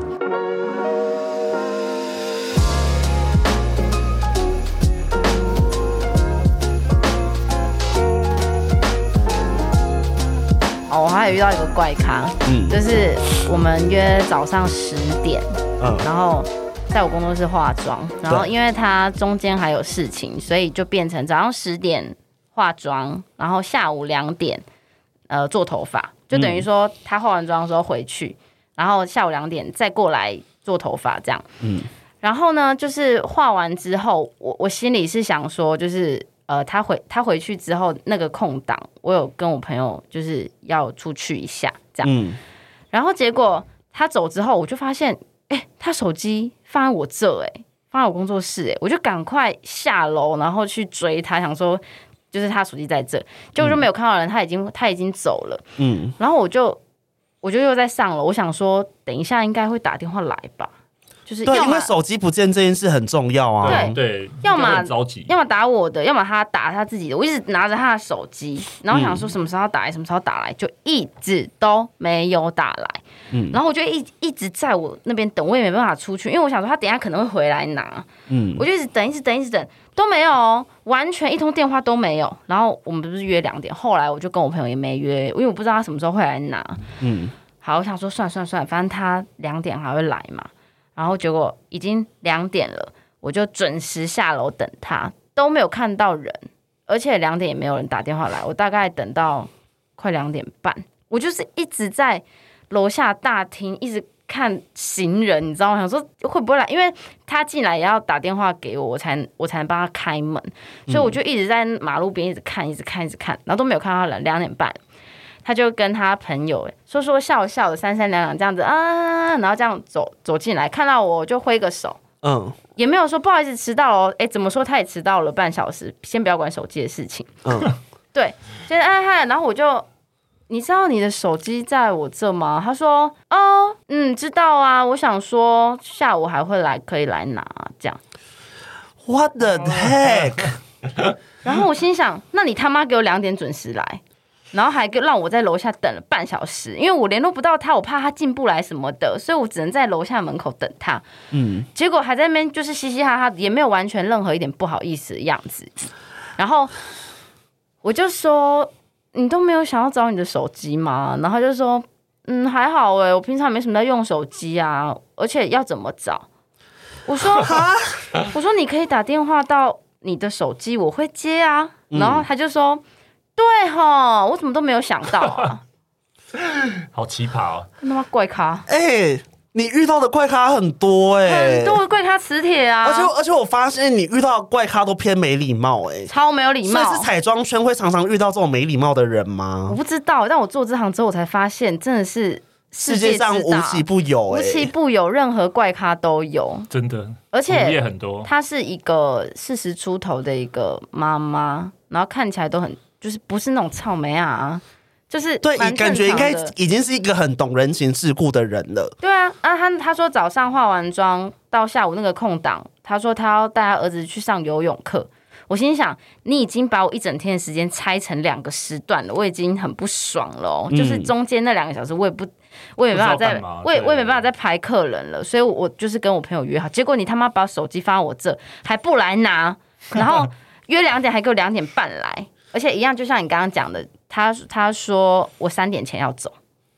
哦，我还有遇到一个怪咖，嗯，就是我们约早上十点，嗯，然后在我工作室化妆，然后因为他中间还有事情，所以就变成早上十点化妆，然后下午两点呃做头发，就等于说他化完妆的时候回去，然后下午两点再过来做头发这样，嗯，然后呢，就是化完之后，我我心里是想说，就是呃他回他回去之后那个空档，我有跟我朋友就是要出去一下这样，嗯，然后结果他走之后，我就发现。哎、欸，他手机放在我这、欸，哎，放在我工作室、欸，哎，我就赶快下楼，然后去追他，想说就是他手机在这，结果就没有看到人，他已经他已经走了，嗯，然后我就我就又在上楼，我想说等一下应该会打电话来吧，就是对，因为手机不见这件事很重要啊， 对对， 要么着急， 要么打我的，要么他打他自己的，我一直拿着他的手机，然后想说什么时候打来，什么时候打来，就一直都没有打来。嗯、然后我就一一直在我那边等，我也没办法出去，因为我想说他等一下可能会回来拿，嗯，我就一直等，一直等，一直等都没有哦，完全一通电话都没有。然后我们不是约两点，后来我就跟我朋友也没约，因为我不知道他什么时候会来拿，嗯，好，我想说算算算，反正他两点还会来嘛。然后结果已经两点了，我就准时下楼等他，都没有看到人，而且两点也没有人打电话来，我大概等到快两点半，我就是一直在楼下大厅一直看行人，你知道吗？想说会不会来，因为他进来也要打电话给我，我才我才能帮他开门，所以我就一直在马路边一直看，一直看，一直看，然后都没有看到人。两点半，他就跟他朋友说说笑笑的，三三两两这样子啊，然后这样走走进来，看到我就挥个手，嗯，也没有说不好意思迟到了，哎，怎么说他也迟到了半小时，先不要管手机的事情，嗯，对，就是哎嗨，然后我就。你知道你的手机在我这吗？他说：“哦，嗯，知道啊。我想说下午还会来，可以来拿这样。” What the heck？ 然后我心想：那你他妈给我两点准时来，然后还让我在楼下等了半小时，因为我联络不到他，我怕他进不来什么的，所以我只能在楼下门口等他。嗯，结果还在那边就是嘻嘻哈哈，也没有完全任何一点不好意思的样子。然后我就说。你都没有想要找你的手机吗？然后就说，嗯，还好哎、欸，我平常没什么在用手机啊，而且要怎么找？我说，我说你可以打电话到你的手机，我会接啊。然后他就说，对齁，我怎么都没有想到啊， 好奇葩哦， 他妈怪咖， 哎、欸。你遇到的怪咖很多哎、欸， 很多的怪咖磁铁啊！ 而且而且我发现你遇到的怪咖都偏没礼貌哎、欸， 超没有礼貌。 所以是彩妆圈会常常遇到这种没礼貌的人吗？ 我不知道，但我做这行之后，我才发现真的是世界上无奇不有、欸， 无奇不有，任何怪咖都有， 真的。 而且也很多。她是一个四十出头的一个妈妈，然后看起来都很就是不是那种草莓啊。就是对，感觉应该已经是一个很懂人情世故的人了。 对啊，啊他他说早上化完妆到下午那个空档，他说他要带他儿子去上游泳课。我心想，你已经把我一整天的时间拆成两个时段了，我已经很不爽了哦。嗯、就是中间那两个小时，我也不，我也没办法再，我也我也没办法再排客人了，所以我就是跟我朋友约好，结果你他妈把手机放在我这，还不来拿，然后约两点还给我两点半来。而而且一样，就像你刚刚讲的，他他说我三点前要走，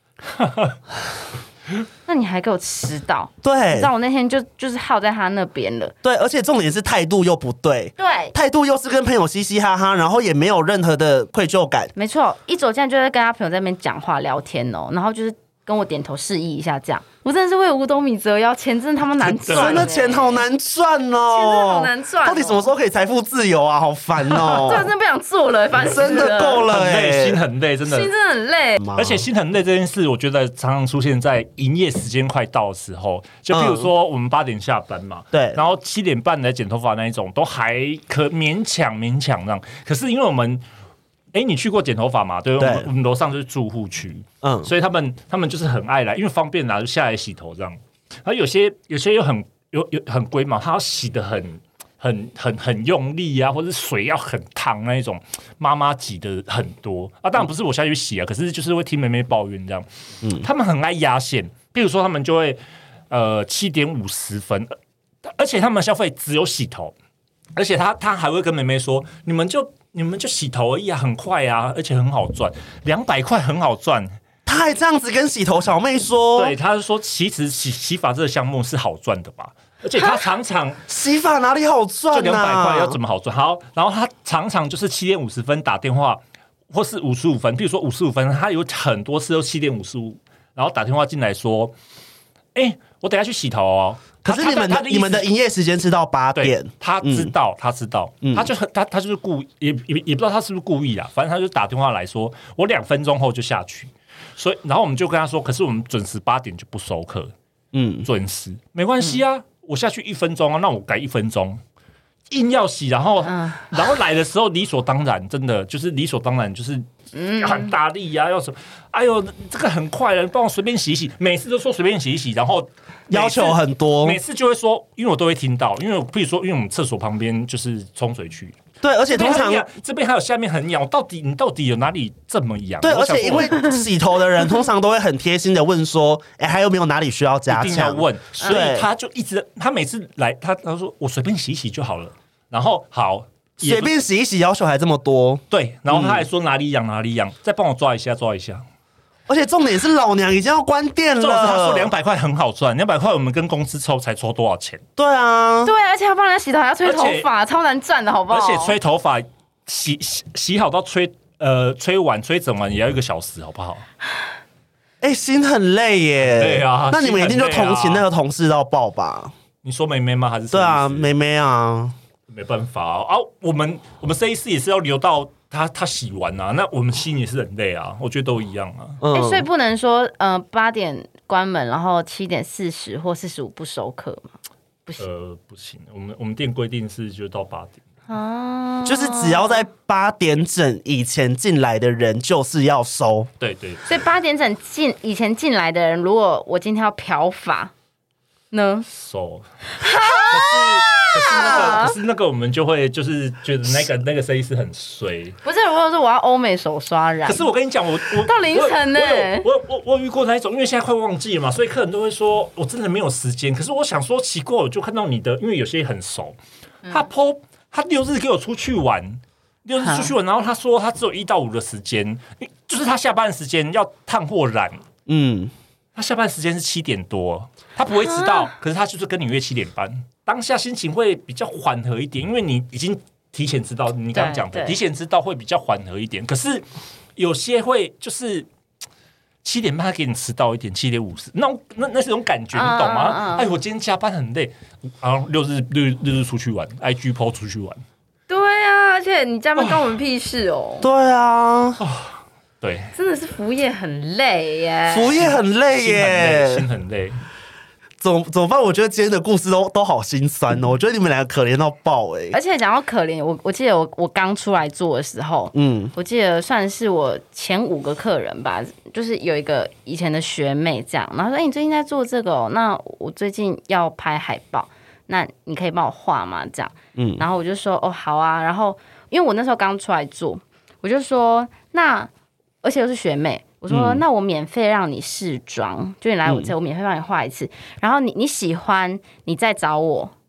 那你还给我迟到， 对， 你知道我那天就就是耗在他那边了， 对，而且重点是态度又不对， 对， 态度又是跟朋友嘻嘻哈哈，然后也没有任何的愧疚感， 没错，一走进来就在跟他朋友在那边讲话聊天哦，然后就是跟我点头示意一下这样。我真的是为五斗米折腰，钱真的他妈难赚、欸， 真的钱好难赚哦， 钱真的好难赚、哦， 到底什么时候可以财富自由啊？好烦哦， 对，真的不想做了，烦死了， 真的够了、欸， 很累，心很累，真的， 心真的很累。 而且心很累这件事，我觉得常常出现在营业时间快到的时候，就譬如说我们八点下班嘛， 对、嗯， 然后七点半来剪头发那一种，都还可勉强勉强这样。可是因为我们哎、欸，你去过剪头发吗？对， 对， 我们楼上就是住户区， 嗯， 所以他们他们就是很爱来，因为方便拿就下来洗头这样。然后有些有些又很有有很龟毛，他要洗得很很很很用力啊，或者水要很烫那一种，妈妈挤的很多啊。当然不是我下去洗啊，可是就是会听妹妹抱怨这样。嗯，他们很爱压线，比如说他们就会呃七点五十分，而且他们消费只有洗头，而且他他还会跟妹妹说，你们就。你们就洗头而已啊，很快啊，而且很好赚，两百块很好赚。 他还这样子跟洗头小妹说， 对，他是说其实洗洗发这个项目是好赚的吧，而且他常常洗发哪里好赚啊？ 就两百块要怎么好赚？好，然后他常常就是七点五十分打电话，或是五十五分，比如说五十五分，他有很多次都七点五十五，然后打电话进来说，哎、欸，我等一下去洗头哦。 可是你们的你们的营业时间是到八点， 他知道，嗯、他知道，嗯、他就他他就是故意，也也也不知道他是不是故意啦，反正他就打电话来说，我两分钟后就下去，所以然后我们就跟他说，可是我们准时八点就不收课，嗯，准时没关系啊，嗯、我下去一分钟啊，那我改一分钟。硬要洗，然后，嗯、然后来的时候理所当然，真的就是理所当然，就是很大力呀、啊，要什么？哎呦，这个很快了，帮我随便洗一洗，每次都说随便洗一洗，然后要求很多， 每次就会说，因为我都会听到，因为比如说，因为我们厕所旁边就是冲水区， 对，而且通常这边还有下面很痒，到底你到底有哪里这么痒？ 对，而且因为洗头的人通常都会很贴心的问说，哎、欸，还有没有哪里需要加强？ 一定要问，所以他就一直，他每次来，他他说我随便洗一洗就好了。然后好， 随便洗一洗，要求还这么多。 对，然后他还说哪里痒哪里痒，再帮我抓一下抓一下。 而且重点是老娘已经要关店了。 他说两百块很好赚，两百块我们跟公司抽才抽多少钱？ 对啊， 对，而且要帮人家洗头还要吹头发，超难赚的好不好？ 而且吹头发洗洗洗好到吹呃吹完吹整完也要一个小时，好不好？ 哎、欸，心很累耶。 对啊， 那你们一定就同情那个同事到爆吧？ 你说妹妹吗？还是对啊，妹妹啊。 没办法啊，啊我们我们设计师也是要留到他他洗完啊，那我们心也是很累啊，我觉得都一样啊。 嗯欸、所以不能说呃八点关门，然后七点四十或四十五不收课吗？不行， 呃不行，我们我们店规定是就到八点。 哦， 就是只要在八点整以前进来的人，就是要收。 对 对, 对， 所以八点整进以前进来的人，如果我今天要漂发呢？ 收。可是那个，可是那个，我们就会就是觉得那个那个设计师很衰。 不是，如果说我要欧美手刷染， 可是我跟你讲，我我到凌晨呢、欸， 我我我我遇过那一种，因为现在快忘记了嘛，所以客人都会说我真的没有时间。可是我想说，奇怪，我就看到你的，因为有些很熟，他 po 他六日给我出去玩，六日出去玩，然后他说他只有一到五的时间，就是他下班的时间要烫或染，嗯，他下班时间是七点多，他不会迟到，可是他就是跟你约七点半。当下心情会比较缓和一点，因为你已经提前知道，你刚刚讲的提前知道会比较缓和一点。可是有些会就是七点半他给你迟到一点，七点五十，那那那是种感觉，你懂吗？嗯嗯、哎，我今天加班很累，然后六日六六日出去玩 ，I G P O 出去玩。 对啊，而且你加班关我们屁事哦。 对啊。哦对， 真的是服务业很累耶， 服务业很累耶， 心很累。 怎么怎么办？我觉得今天的故事都都好心酸哦。我觉得你们两个可怜到爆哎、欸！ 而且讲到可怜，我我记得我我刚出来做的时候，嗯，我记得算是我前五个客人吧，就是有一个以前的学妹这样，然后说：“哎、欸，你最近在做这个哦？那我最近要拍海报，那你可以帮我画吗？”这样，嗯，然后我就说：“哦，好啊。”然后因为我那时候刚出来做，我就说：“那而且又是学妹。”我说、嗯、那我免费让你试妆，就你来我这、嗯、我免费帮你画一次，然后你你喜欢你再找我，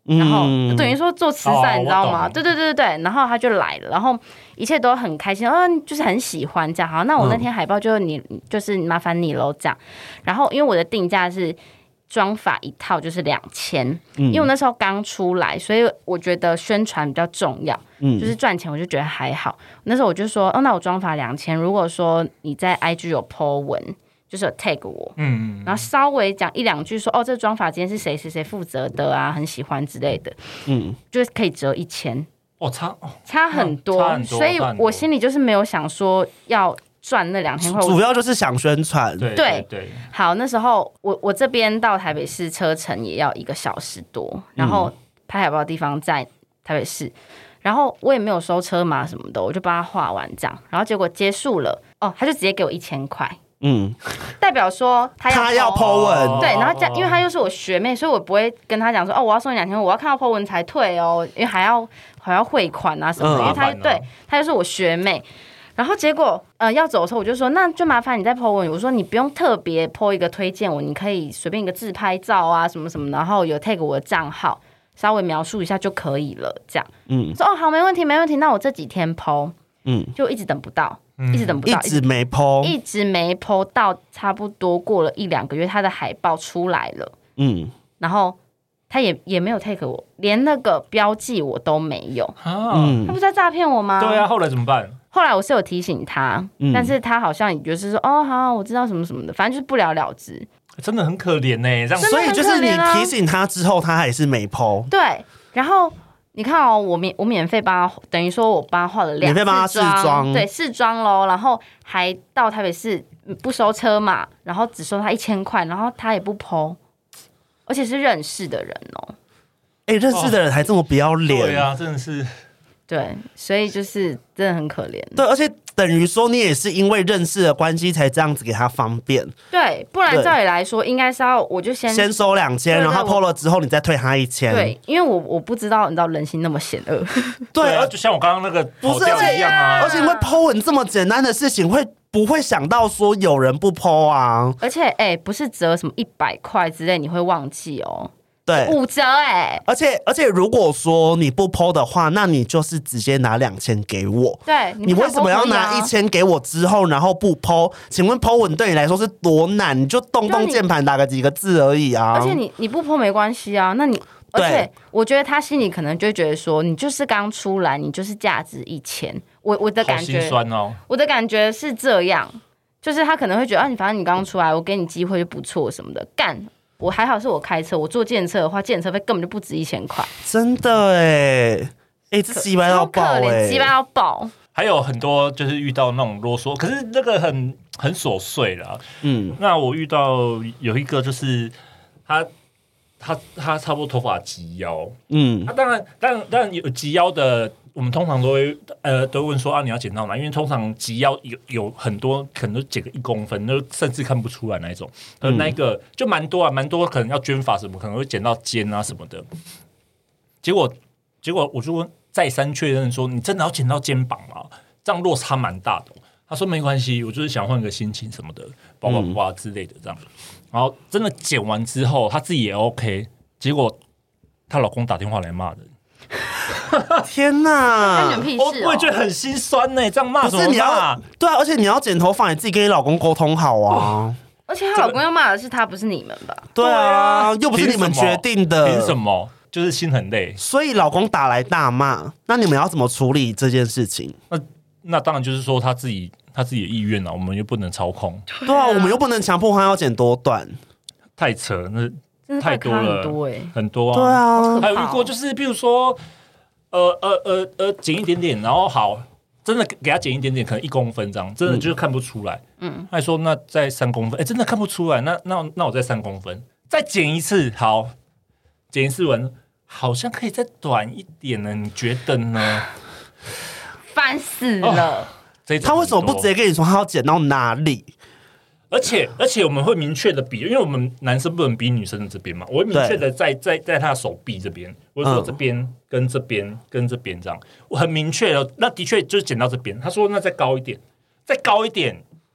然后等于说做慈善， 嗯、 你知道吗？对对对对对，然后他就来了，然后一切都很开心，哦，就是很喜欢这样。好，那我那天海报就你、嗯、就是麻烦你喽这样。然后因为我的定价是妆发一套就是两千，因为我那时候刚出来，所以我觉得宣传比较重要，嗯、就是赚钱我就觉得还好。那时候我就说，哦，那我妆发两千，如果说你在 I G 有 po 文。就是有 tag 我，嗯，然后稍微讲一两句说，哦，这个妆发今天是谁谁谁负责的啊，很喜欢之类的，嗯，就是可以折一千， 哦，差哦差很多，差很多，所以我心里就是没有想说要赚那两千块， 主要就是想宣传， 对对对。 好，那时候我我这边到台北市车程也要一个小时多，然后拍海报的地方在台北市。然后我也没有收车码什么的，我就帮他画完这样，然后结果结束了，哦，他就直接给我一千块。嗯，代表说他要 po, 他要 po 文， 对，然后这样，因为他又是我学妹，所以我不会跟他讲说，哦，我要送你两千，我要看到 po 文才退哦，因为还要还要汇款啊什么的，嗯、因为他、啊、对他又是我学妹。然后结果呃要走的时候，我就说那就麻烦你再 po 文，我说你不用特别 po 一个推荐我，你可以随便一个自拍照啊什么什么，然后有 tag 我的账号，稍微描述一下就可以了，这样。嗯，说哦好，没问题没问题，那我这几天 po， 嗯，就一直等不到。一直等不到， 一直没 po， 一直没 po 到差不多过了一两个月，他的海报出来了，嗯，然后他也也没有 take 我，连那个标记我都没有，啊、嗯，他不是在诈骗我吗？ 对啊，后来怎么办？ 后来我是有提醒他，嗯、但是他好像也就是说，哦，好，我知道什么什么的，反正就是不了了之， 真的很可怜呢、欸，这样， 所以就是你提醒他之后，他还是没 po， 对，然后。你看哦，我免我免费帮他，等于说我帮他画了两次妆，免费帮他试妆，对，试妆咯，然后还到台北市不收车嘛，然后只收他一千块，然后他也不 po， 而且是认识的人哦， 哎、欸，认识的人还这么不要脸、哦， 对啊，真的是， 对，所以就是真的很可怜， 对，而且等于说你也是因为认识的关系才这样子给他方便， 对，不然照理来说应该是要我就先先收两千，然后 po 了之后你再退他一千， 对，因为我我不知道你知道人心那么险恶， 对啊，就像我刚刚那个跑调一样啊， 而且因为 po 文这么简单的事情会。不会想到说有人不 po 啊， 而且哎、欸，不是折什么一百块之类，你会忘记哦。 对， 五折哎、欸！ 而且而且，如果说你不 po 的话，那你就是直接拿两千给我。 对， 你, 你为什么要拿一千给我之后，然后不 po？ 请问 po 文对你来说是多难？你就动动键盘打个几个字而已啊。 而且你你不 po 没关系啊，那你而且我觉得他心里可能就会觉得说，你就是刚出来，你就是价值一千。我我的感觉， 好心酸哦。 我的感觉是这样，就是他可能会觉得啊，你反正你刚出来，我给你机会就不错什么的，干。我还好是我开车，我坐计程车的话，计程车费根本就不止一千块。 真的哎，哎、欸，这鸡掰到爆哎， 鸡掰到爆。 还有很多就是遇到那种啰嗦，可是那个很很琐碎啦。嗯，那我遇到有一个就是他他他差不多头发及腰，嗯，他、啊、当然当然当然有及腰的。我们通常都会呃都会问说啊你要剪到哪？因为通常及腰有有很多可能都剪个一公分，那甚至看不出来那一种。而那一个就蛮多啊，蛮多可能要捐发什么，可能会剪到肩啊什么的。结果结果我就再三确认说，你真的要剪到肩膀吗？这样落差蛮大的。他说没关系，我就是想换个心情什么的，叭叭叭之类的这样。然后真的剪完之后，他自己也 OK。结果她老公打电话来骂人。 天哪！ 干你屁事哦！ 我也觉得很心酸呢，这样骂什么骂？ 不是你要对啊，而且你要剪头发，你自己跟你老公沟通好啊。 而且她老公要骂的是他，不是你们吧？ 对啊，又不是你们决定的， 凭什么？就是心很累， 所以老公打来大骂，那你们要怎么处理这件事情？ 那那当然就是说他自己他自己的意愿啊，我们又不能操控。 对啊，我们又不能强迫他要剪多短， 太扯，那太多了， 很多哎、欸， 很多啊。 对啊， 还有遇过就是，比如说。呃呃呃呃，剪一点点，然后好，真的给他剪一点点，可能一公分这样，真的就是看不出来。嗯，他还说那再三公分，哎、欸，真的看不出来，那那那我再三公分，再剪一次，好，剪一次完，好像可以再短一点呢，你觉得呢？ 烦死了、哦！ 他为什么不直接跟你说他要剪到哪里？ 而且而且我们会明确的比，因为我们男生不能比女生的这边嘛，我会明确的在在在他的手臂这边，我会说这边跟这边跟这边这样，我很明确的，那的确就是剪到这边。他说那再高一点，再高一点，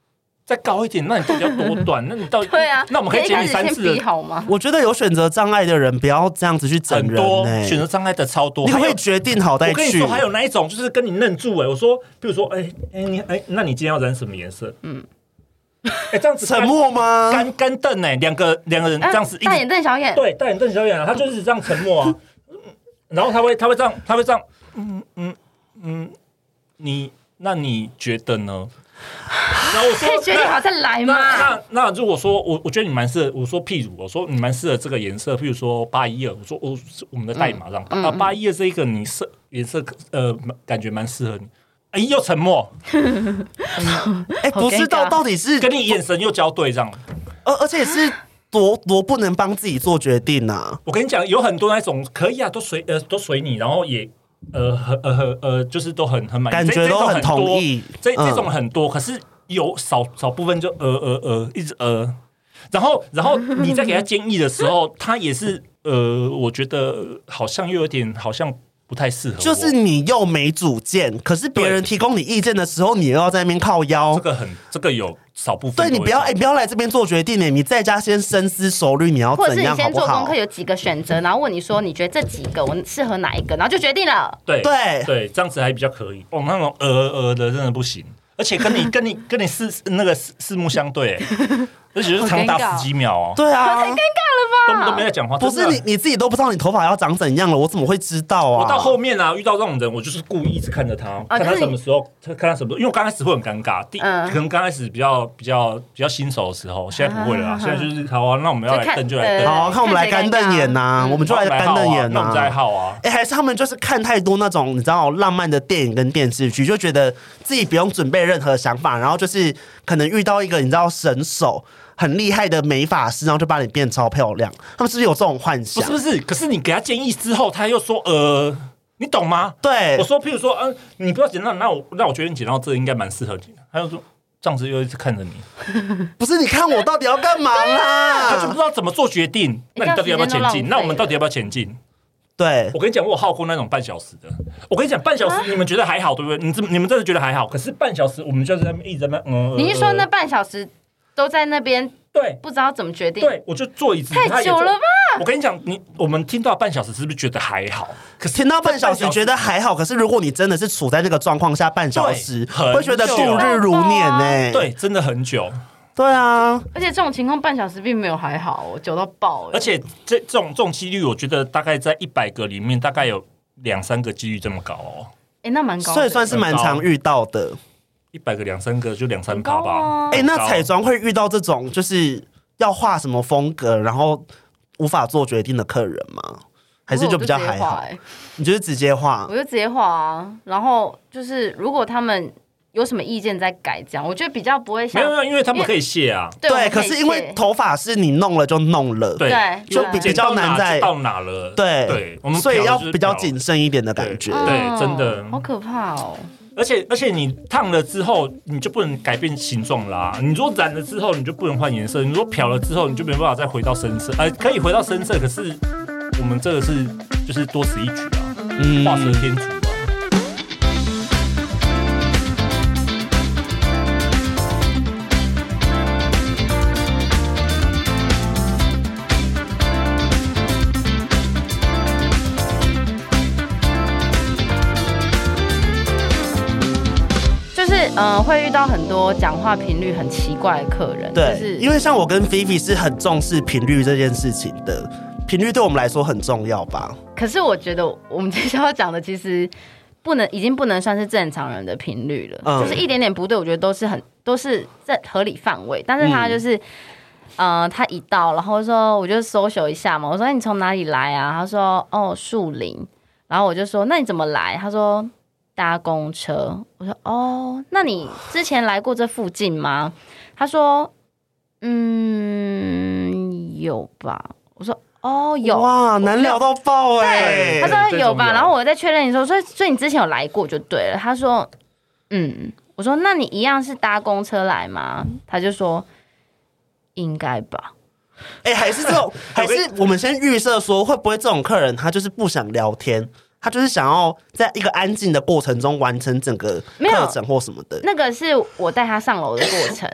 再高一点，那你到底要多短？那你到底对啊？ 那我们可以减你三次的好吗？ 我觉得有选择障碍的人不要这样子去整人、欸，很多选择障碍的超多。 你可以决定好再去。 我跟你说，还有那一种就是跟你愣住哎、欸，我说，比如说，哎、欸、哎、欸、你哎、欸，那你今天要染什么颜色？嗯，哎、欸、这样子沉默吗？ 干干瞪哎，两个两个人这样子、啊， 大眼瞪小眼， 对，大眼瞪小眼啊，他就是这样沉默啊。然后他会他会这样他会这样，嗯嗯嗯，你那你觉得呢？然后我说可以决定好再来吗？ 那 那, 那如果说我我觉得你蛮适合，我说譬如我说你蛮适合这个颜色，譬如说八一二，我说我我们的代码让、嗯、啊八一二这一个你色颜色呃感觉蛮适合你，哎又沉默， 哎、欸、不是到到底是跟你眼神又交对这样， 而而且是多多不能帮自己做决定啊！ 我跟你讲，有很多那种可以啊，都随呃都随你，然后也。呃呃呃就是都很很满意， 感觉都很同意。 这这种很多，嗯、可是有少少部分就呃呃呃一直呃，然后然后你在给他建议的时候，他也是呃，我觉得好像又有点好像不太适合我。 就是你又没主见，可是别人提供你意见的时候，你又要在那边靠腰。 这个很这个有少部分。 对你不要哎、欸，不要来这边做决定呢，你在家先深思熟虑，你要怎样好不好？或者是你先做功课， 有几个选择，然后问你说你觉得这几个我适合哪一个，然后就决定了。 对对对，这样子还比较可以。哦，那种呃呃的真的不行，而且跟你跟你跟你四那个四目相对、欸，而且就是长达十几秒哦。 对啊， 太尴尬了吧？ 都都没在讲话。 不是你你自己都不知道你头发要长怎样了，我怎么会知道啊？ 我到后面啊，遇到这种人，我就是故意一直看着他，看他什么时候，看他什么时候，因为我刚开始会很尴尬，第、嗯、可能刚开始比较比较比较新手的时候，现在不会了啦、嗯，现在就是好啊，那我们要来瞪就来瞪， 好，看我们来干瞪眼呐、啊，我们就来干瞪眼呐、啊， 那我们再好啊。 哎、欸，还是他们就是看太多那种你知道浪漫的电影跟电视剧，就觉得自己不用准备任何想法，然后就是可能遇到一个你知道神手。很厉害的美发师，然后就把你变超漂亮。他们是不是有这种幻想？ 不是不是，可是你给他建议之后，他又说呃，你懂吗？ 对， 我说，譬如说，嗯、呃，你不要剪到，那我那我觉得你剪到这应该蛮适合你的。他又说这样子又一直看着你， 不是你看我到底要干嘛啦？ 他就不知道怎么做决定。那你到底要不要前进？那我们到底要不要前进？ 对， 我跟你讲，我有耗过那种半小时的。我跟你讲，半小时你们觉得还好，对不对？你你们真的觉得还好，可是半小时我们就在那一直在那嗯。 你是说那半小时都在那边？ 对， 不知道怎么决定。 对，我就坐椅子太久了吧？ 我跟你讲，你我们听到半小时是不是觉得还好？ 可是听到半小时觉得还好，可是如果你真的是处在那个状况下，半小时会觉得度日如年呢、欸。 对，真的很久。 对啊， 而且这种情况半小时并没有还好，久到爆了。 而且这这种这种几率，我觉得大概在一百个里面，大概有两三个几率这么高哦。 哎、欸，那蛮高的， 所以算是蛮常遇到的。 一百个两三个就两三趴吧。 哎、啊欸，那彩妆会遇到这种就是要画什么风格，然后无法做决定的客人吗？还是就比较还好？欸、你就是直接画， 我就直接画啊。然后就是如果他们有什么意见再改，这样我觉得比较不会像。 没有没有，因为他们可以卸啊。 对， 对可是因为头发是你弄了就弄了， 对， 就比较难在到哪了。 对对，我们所以要比较谨慎一点的感觉。 对，对真的好可怕哦。 而且而且你烫了之后，你就不能改变形状啦、啊。你如果染了之后，你就不能换颜色；你如果漂了之后，你就没办法再回到深色。呃，可以回到深色，可是我们这个是就是多此一举啊，嗯，画蛇添足啊。 嗯、呃，会遇到很多讲话频率很奇怪的客人。 对， 就是因为像我跟菲菲是很重视频率这件事情的，频率对我们来说很重要吧。 可是我觉得我们接下来要讲的其实不能，已经不能算是正常人的频率了、嗯，就是一点点不对，我觉得都是很都是在合理范围。但是他就是，嗯、呃，他一到，然后说我就social一下嘛，我说你从哪里来啊？他说哦树林，然后我就说那你怎么来？他说搭公车。我说哦，那你之前来过这附近吗？他说嗯有吧。我说哦有。 哇，难聊到爆哎、 欸！他说有吧，然后我再确认你说，所以所以你之前有来过就对了。他说嗯，我说那你一样是搭公车来吗？他就说应该吧。 哎、欸，还是这种，还是我们先预设说，会不会这种客人他就是不想聊天？他就是想要在一个安静的过程中完成整个课程或什么的。 那个是我带他上楼的过程。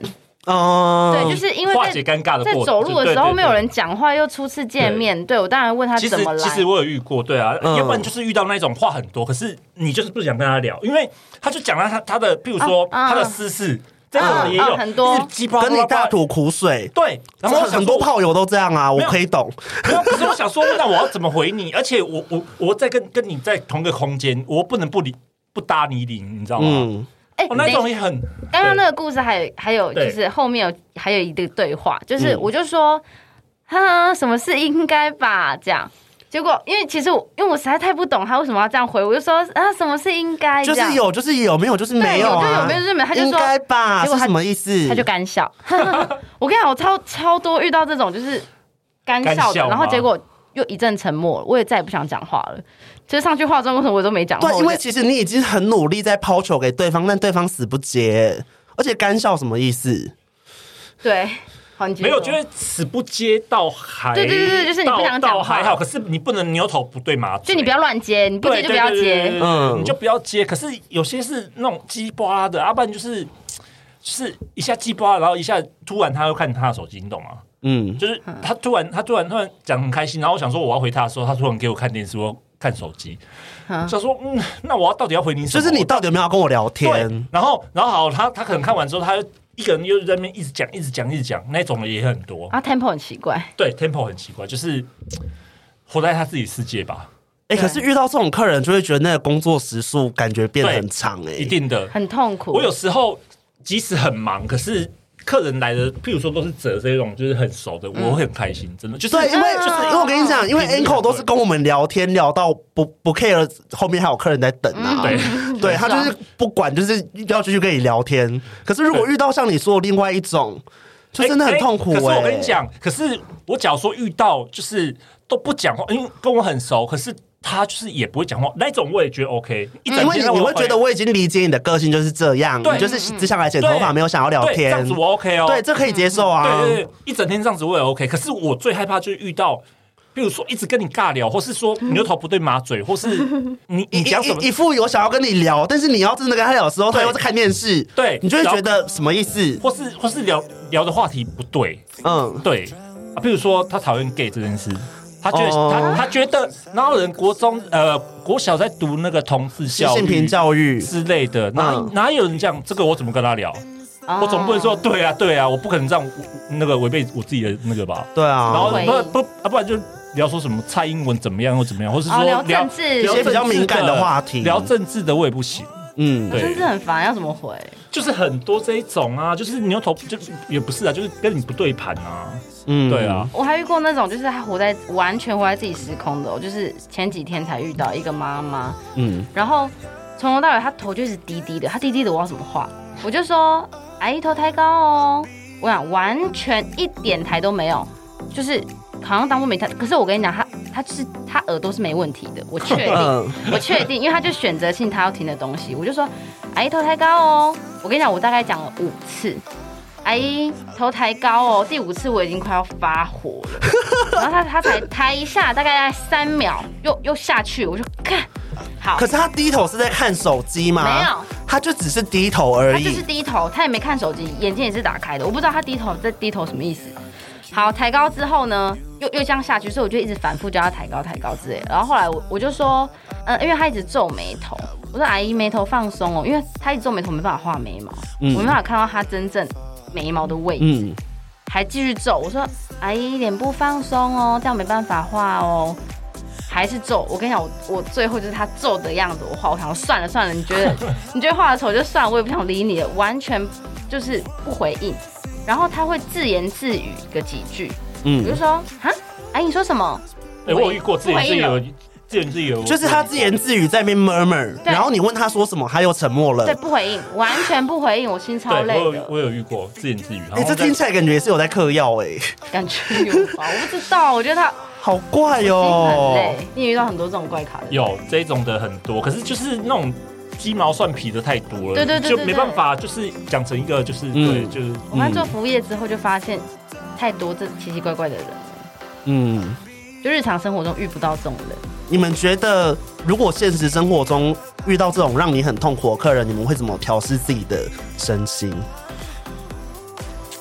哦，对，就是因为化解尴尬的过程， 在走路的时候没有人讲话，又初次见面，对, 对我当然问他怎么来。 其实其实我有遇过，对啊，嗯、要不然就是遇到那种话很多，可是你就是不想跟他聊，因为他就讲了他他的，譬如说、啊、他的私事。这种也有、 嗯、很多， 跟你大吐苦水， 对，然后很多炮友都这样啊，我可以懂。 可是我想说，那我要怎么回你？而且我我我在跟跟你在同一个空间，我不能不理不搭你理，你知道吗？嗯，哎、欸，我那种也很。 刚刚那个故事还有还有就是后面有还有一个对话，就是我就说，哈、嗯，什么是应该吧？这样。结果，因为其实我，因为我实在太不懂他为什么要这样回，我就说啊，什么是应该？ 就是有，就是有，没有就是没有啊。 有就有，没有就是没有。他就说应该吧， 结果是什么意思？ 他就干笑。我跟你讲，我超超多遇到这种就是干笑的，然后结果又一阵沉默了，我也再也不想讲话了。就是上去化妆过程我都没讲话。 对，因为其实你已经很努力在抛球给对方，但对方死不接，而且干笑什么意思？ 对。 没有，觉得死不接到还对对对对，就是你不想讲话还好，可是你不能牛头不对马嘴， 就你不要乱接，你不接就不要接， 嗯，你就不要接。可是有些是那种鸡巴的，要不然就是就是一下鸡巴，然后一下突然他又看他的手机，你懂吗？嗯，就是他突然他突然突然讲很开心，然后我想说我要回他的时候，他突然给我看电视或看手机，想说嗯，那我要到底要回你什么？ 就是你到底有没有要跟我聊天？ 然后然后好，他他可能看完之后他就。一个人又在那边一直讲、一直讲、一直讲，那种的也很多啊。tempo 很奇怪， 对 ，tempo 很奇怪，就是活在他自己世界吧。 哎、欸，可是遇到这种客人，就会觉得那个工作时数感觉变得很长、欸，哎， 一定的， 很痛苦。 我有时候即使很忙，可是客人来的，譬如说都是折这种，就是很熟的，我会很开心，真的。就是对，因为就是因为我跟你讲，因为 Anko 都是跟我们聊天聊到不不 care 后面还有客人在等啊。 对。 对他就是不管，就是要继续跟你聊天。可是如果遇到像你说的另外一种，就真的很痛苦、欸欸。 可是我跟你讲，可是我假如说遇到就是都不讲话，因为跟我很熟，可是他就是也不会讲话，那种我也觉得 OK。因为你你会觉得我已经理解你的个性就是这样，你就是只想来剪头发，没有想要聊天， 这样子我 OK 哦。 对，这可以接受啊。 对对对，一整天这样子我也 OK。可是我最害怕就是遇到。比如说一直跟你尬聊，或是说牛头不对马嘴，或是你你讲什么一副有想要跟你聊，但是你要真的跟他聊的时候，他又在看电视， 对， 你就会觉得什么意思？ 或是或是聊聊的话题不对，嗯，对啊，比如说他讨厌 gay 这件事，他觉得、哦、他他觉得哪有人国中呃国小在读那个同志教育、 性平教育之类的，哪、嗯、哪有人这样？这个我怎么跟他聊？我总不能说对啊对啊，我不可能这样那个违背我自己的那个吧？ 对啊， 然后不不啊，不然就。聊说什么蔡英文怎么样或怎么样，或是说聊政治一些比较敏感的话题， 聊政治的我也不行。 嗯，对，政治很烦，要怎么回？ 就是很多这一种啊，就是牛头就也不是啊，就是跟你不对盘啊。嗯，对啊。 我还遇过那种，就是他活在完全活在自己时空的、哦，就是前几天才遇到一个妈妈，嗯，然后从头到尾她头就一直低低的，她低低的我要怎么画？我就说阿姨头抬高哦，我想完全一点抬都没有，就是。好像当初没他，可是我跟你讲，他他就是他耳朵是没问题的，我确定，我确定，因为他就选择性他要听的东西，我就说阿姨头抬高哦，我跟你讲，我大概讲了五次，阿姨头抬高哦，第五次我已经快要发火了，然后他他才抬一下，大概三秒，又又下去，我就看好。 可是他低头是在看手机吗？ 没有， 他就只是低头而已， 他就是低头，他也没看手机，眼睛也是打开的，我不知道他低头在低头什么意思。好，抬高之后呢，又又这样下去，所以我就一直反复叫他抬高、抬高之类的。然后后来我我就说，呃，因为他一直皱眉头，我说阿姨眉头放松哦，因为他一直皱眉头没办法画眉毛，嗯、我没办法看到他真正眉毛的位置，嗯、还继续皱。我说阿姨脸部放松哦，这样没办法画哦，还是皱。我跟你讲，我我最后就是他皱的样子，我画，我想说算了算了，你觉得你觉得画的丑就算了，我也不想理你了，完全就是不回应。然后他会自言自语个几句，嗯，比如说哈，哎，你说什么？ 哎、欸，我有遇过自言自语，自言自语， 就是他自言自语在那边 murmur， 然后你问他说什么，他又沉默了， 对，不回应，完全不回应，我心超累的。 我有我有遇过自言自语， 哎、欸，这听起来感觉也是有在嗑药哎， 感觉有吧？我不知道，我觉得他好怪哦， 很累。你也遇到很多这种怪卡的？ 有这种的很多，可是就是那种。鸡毛蒜皮的太多了， 对对 对, 对, 对, 对， 就没办法，就是讲成一个就是、嗯、对，就是。 我们做服务业之后就发现太多这奇奇怪怪的人了，嗯，就日常生活中遇不到这种人。 你们觉得，如果现实生活中遇到这种让你很痛苦的客人，你们会怎么调试自己的身心？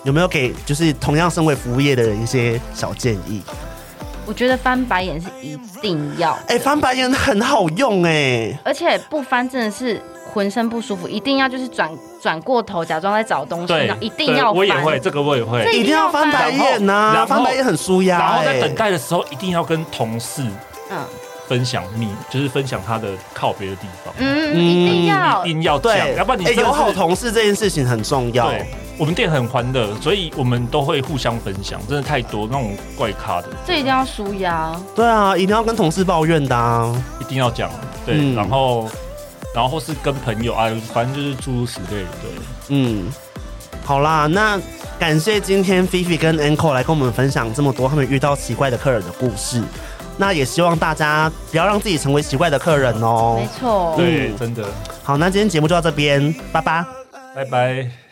有没有给就是同样身为服务业的人一些小建议？ 我觉得翻白眼是一定要， 哎、欸，翻白眼很好用哎、欸， 而且不翻真的是浑身不舒服，一定要就是转转过头，假装在找东西，一定要翻。 我也会，这个我也会， 一定要翻白眼呐、啊，翻白眼很舒压、欸。 然后在等待的时候，一定要跟同事嗯分享秘，就是分享他的靠别的地方。 嗯，一定要， 一定要讲，要不然你、欸、 有好同事这件事情很重要。 对。我们店很欢乐，所以我们都会互相分享，真的太多那种怪咖的， 这一定要舒压。 对啊，一定要跟同事抱怨的啊， 一定要讲。对，嗯、然后，然后或是跟朋友啊，反正就是诸如此类的。对， 嗯，好啦，那感谢今天 Fifi 跟 Anko 来跟我们分享这么多他们遇到奇怪的客人的故事。那也希望大家不要让自己成为奇怪的客人哦。 没错， 对，真的。 好，那今天节目就到这边，拜拜， 拜拜。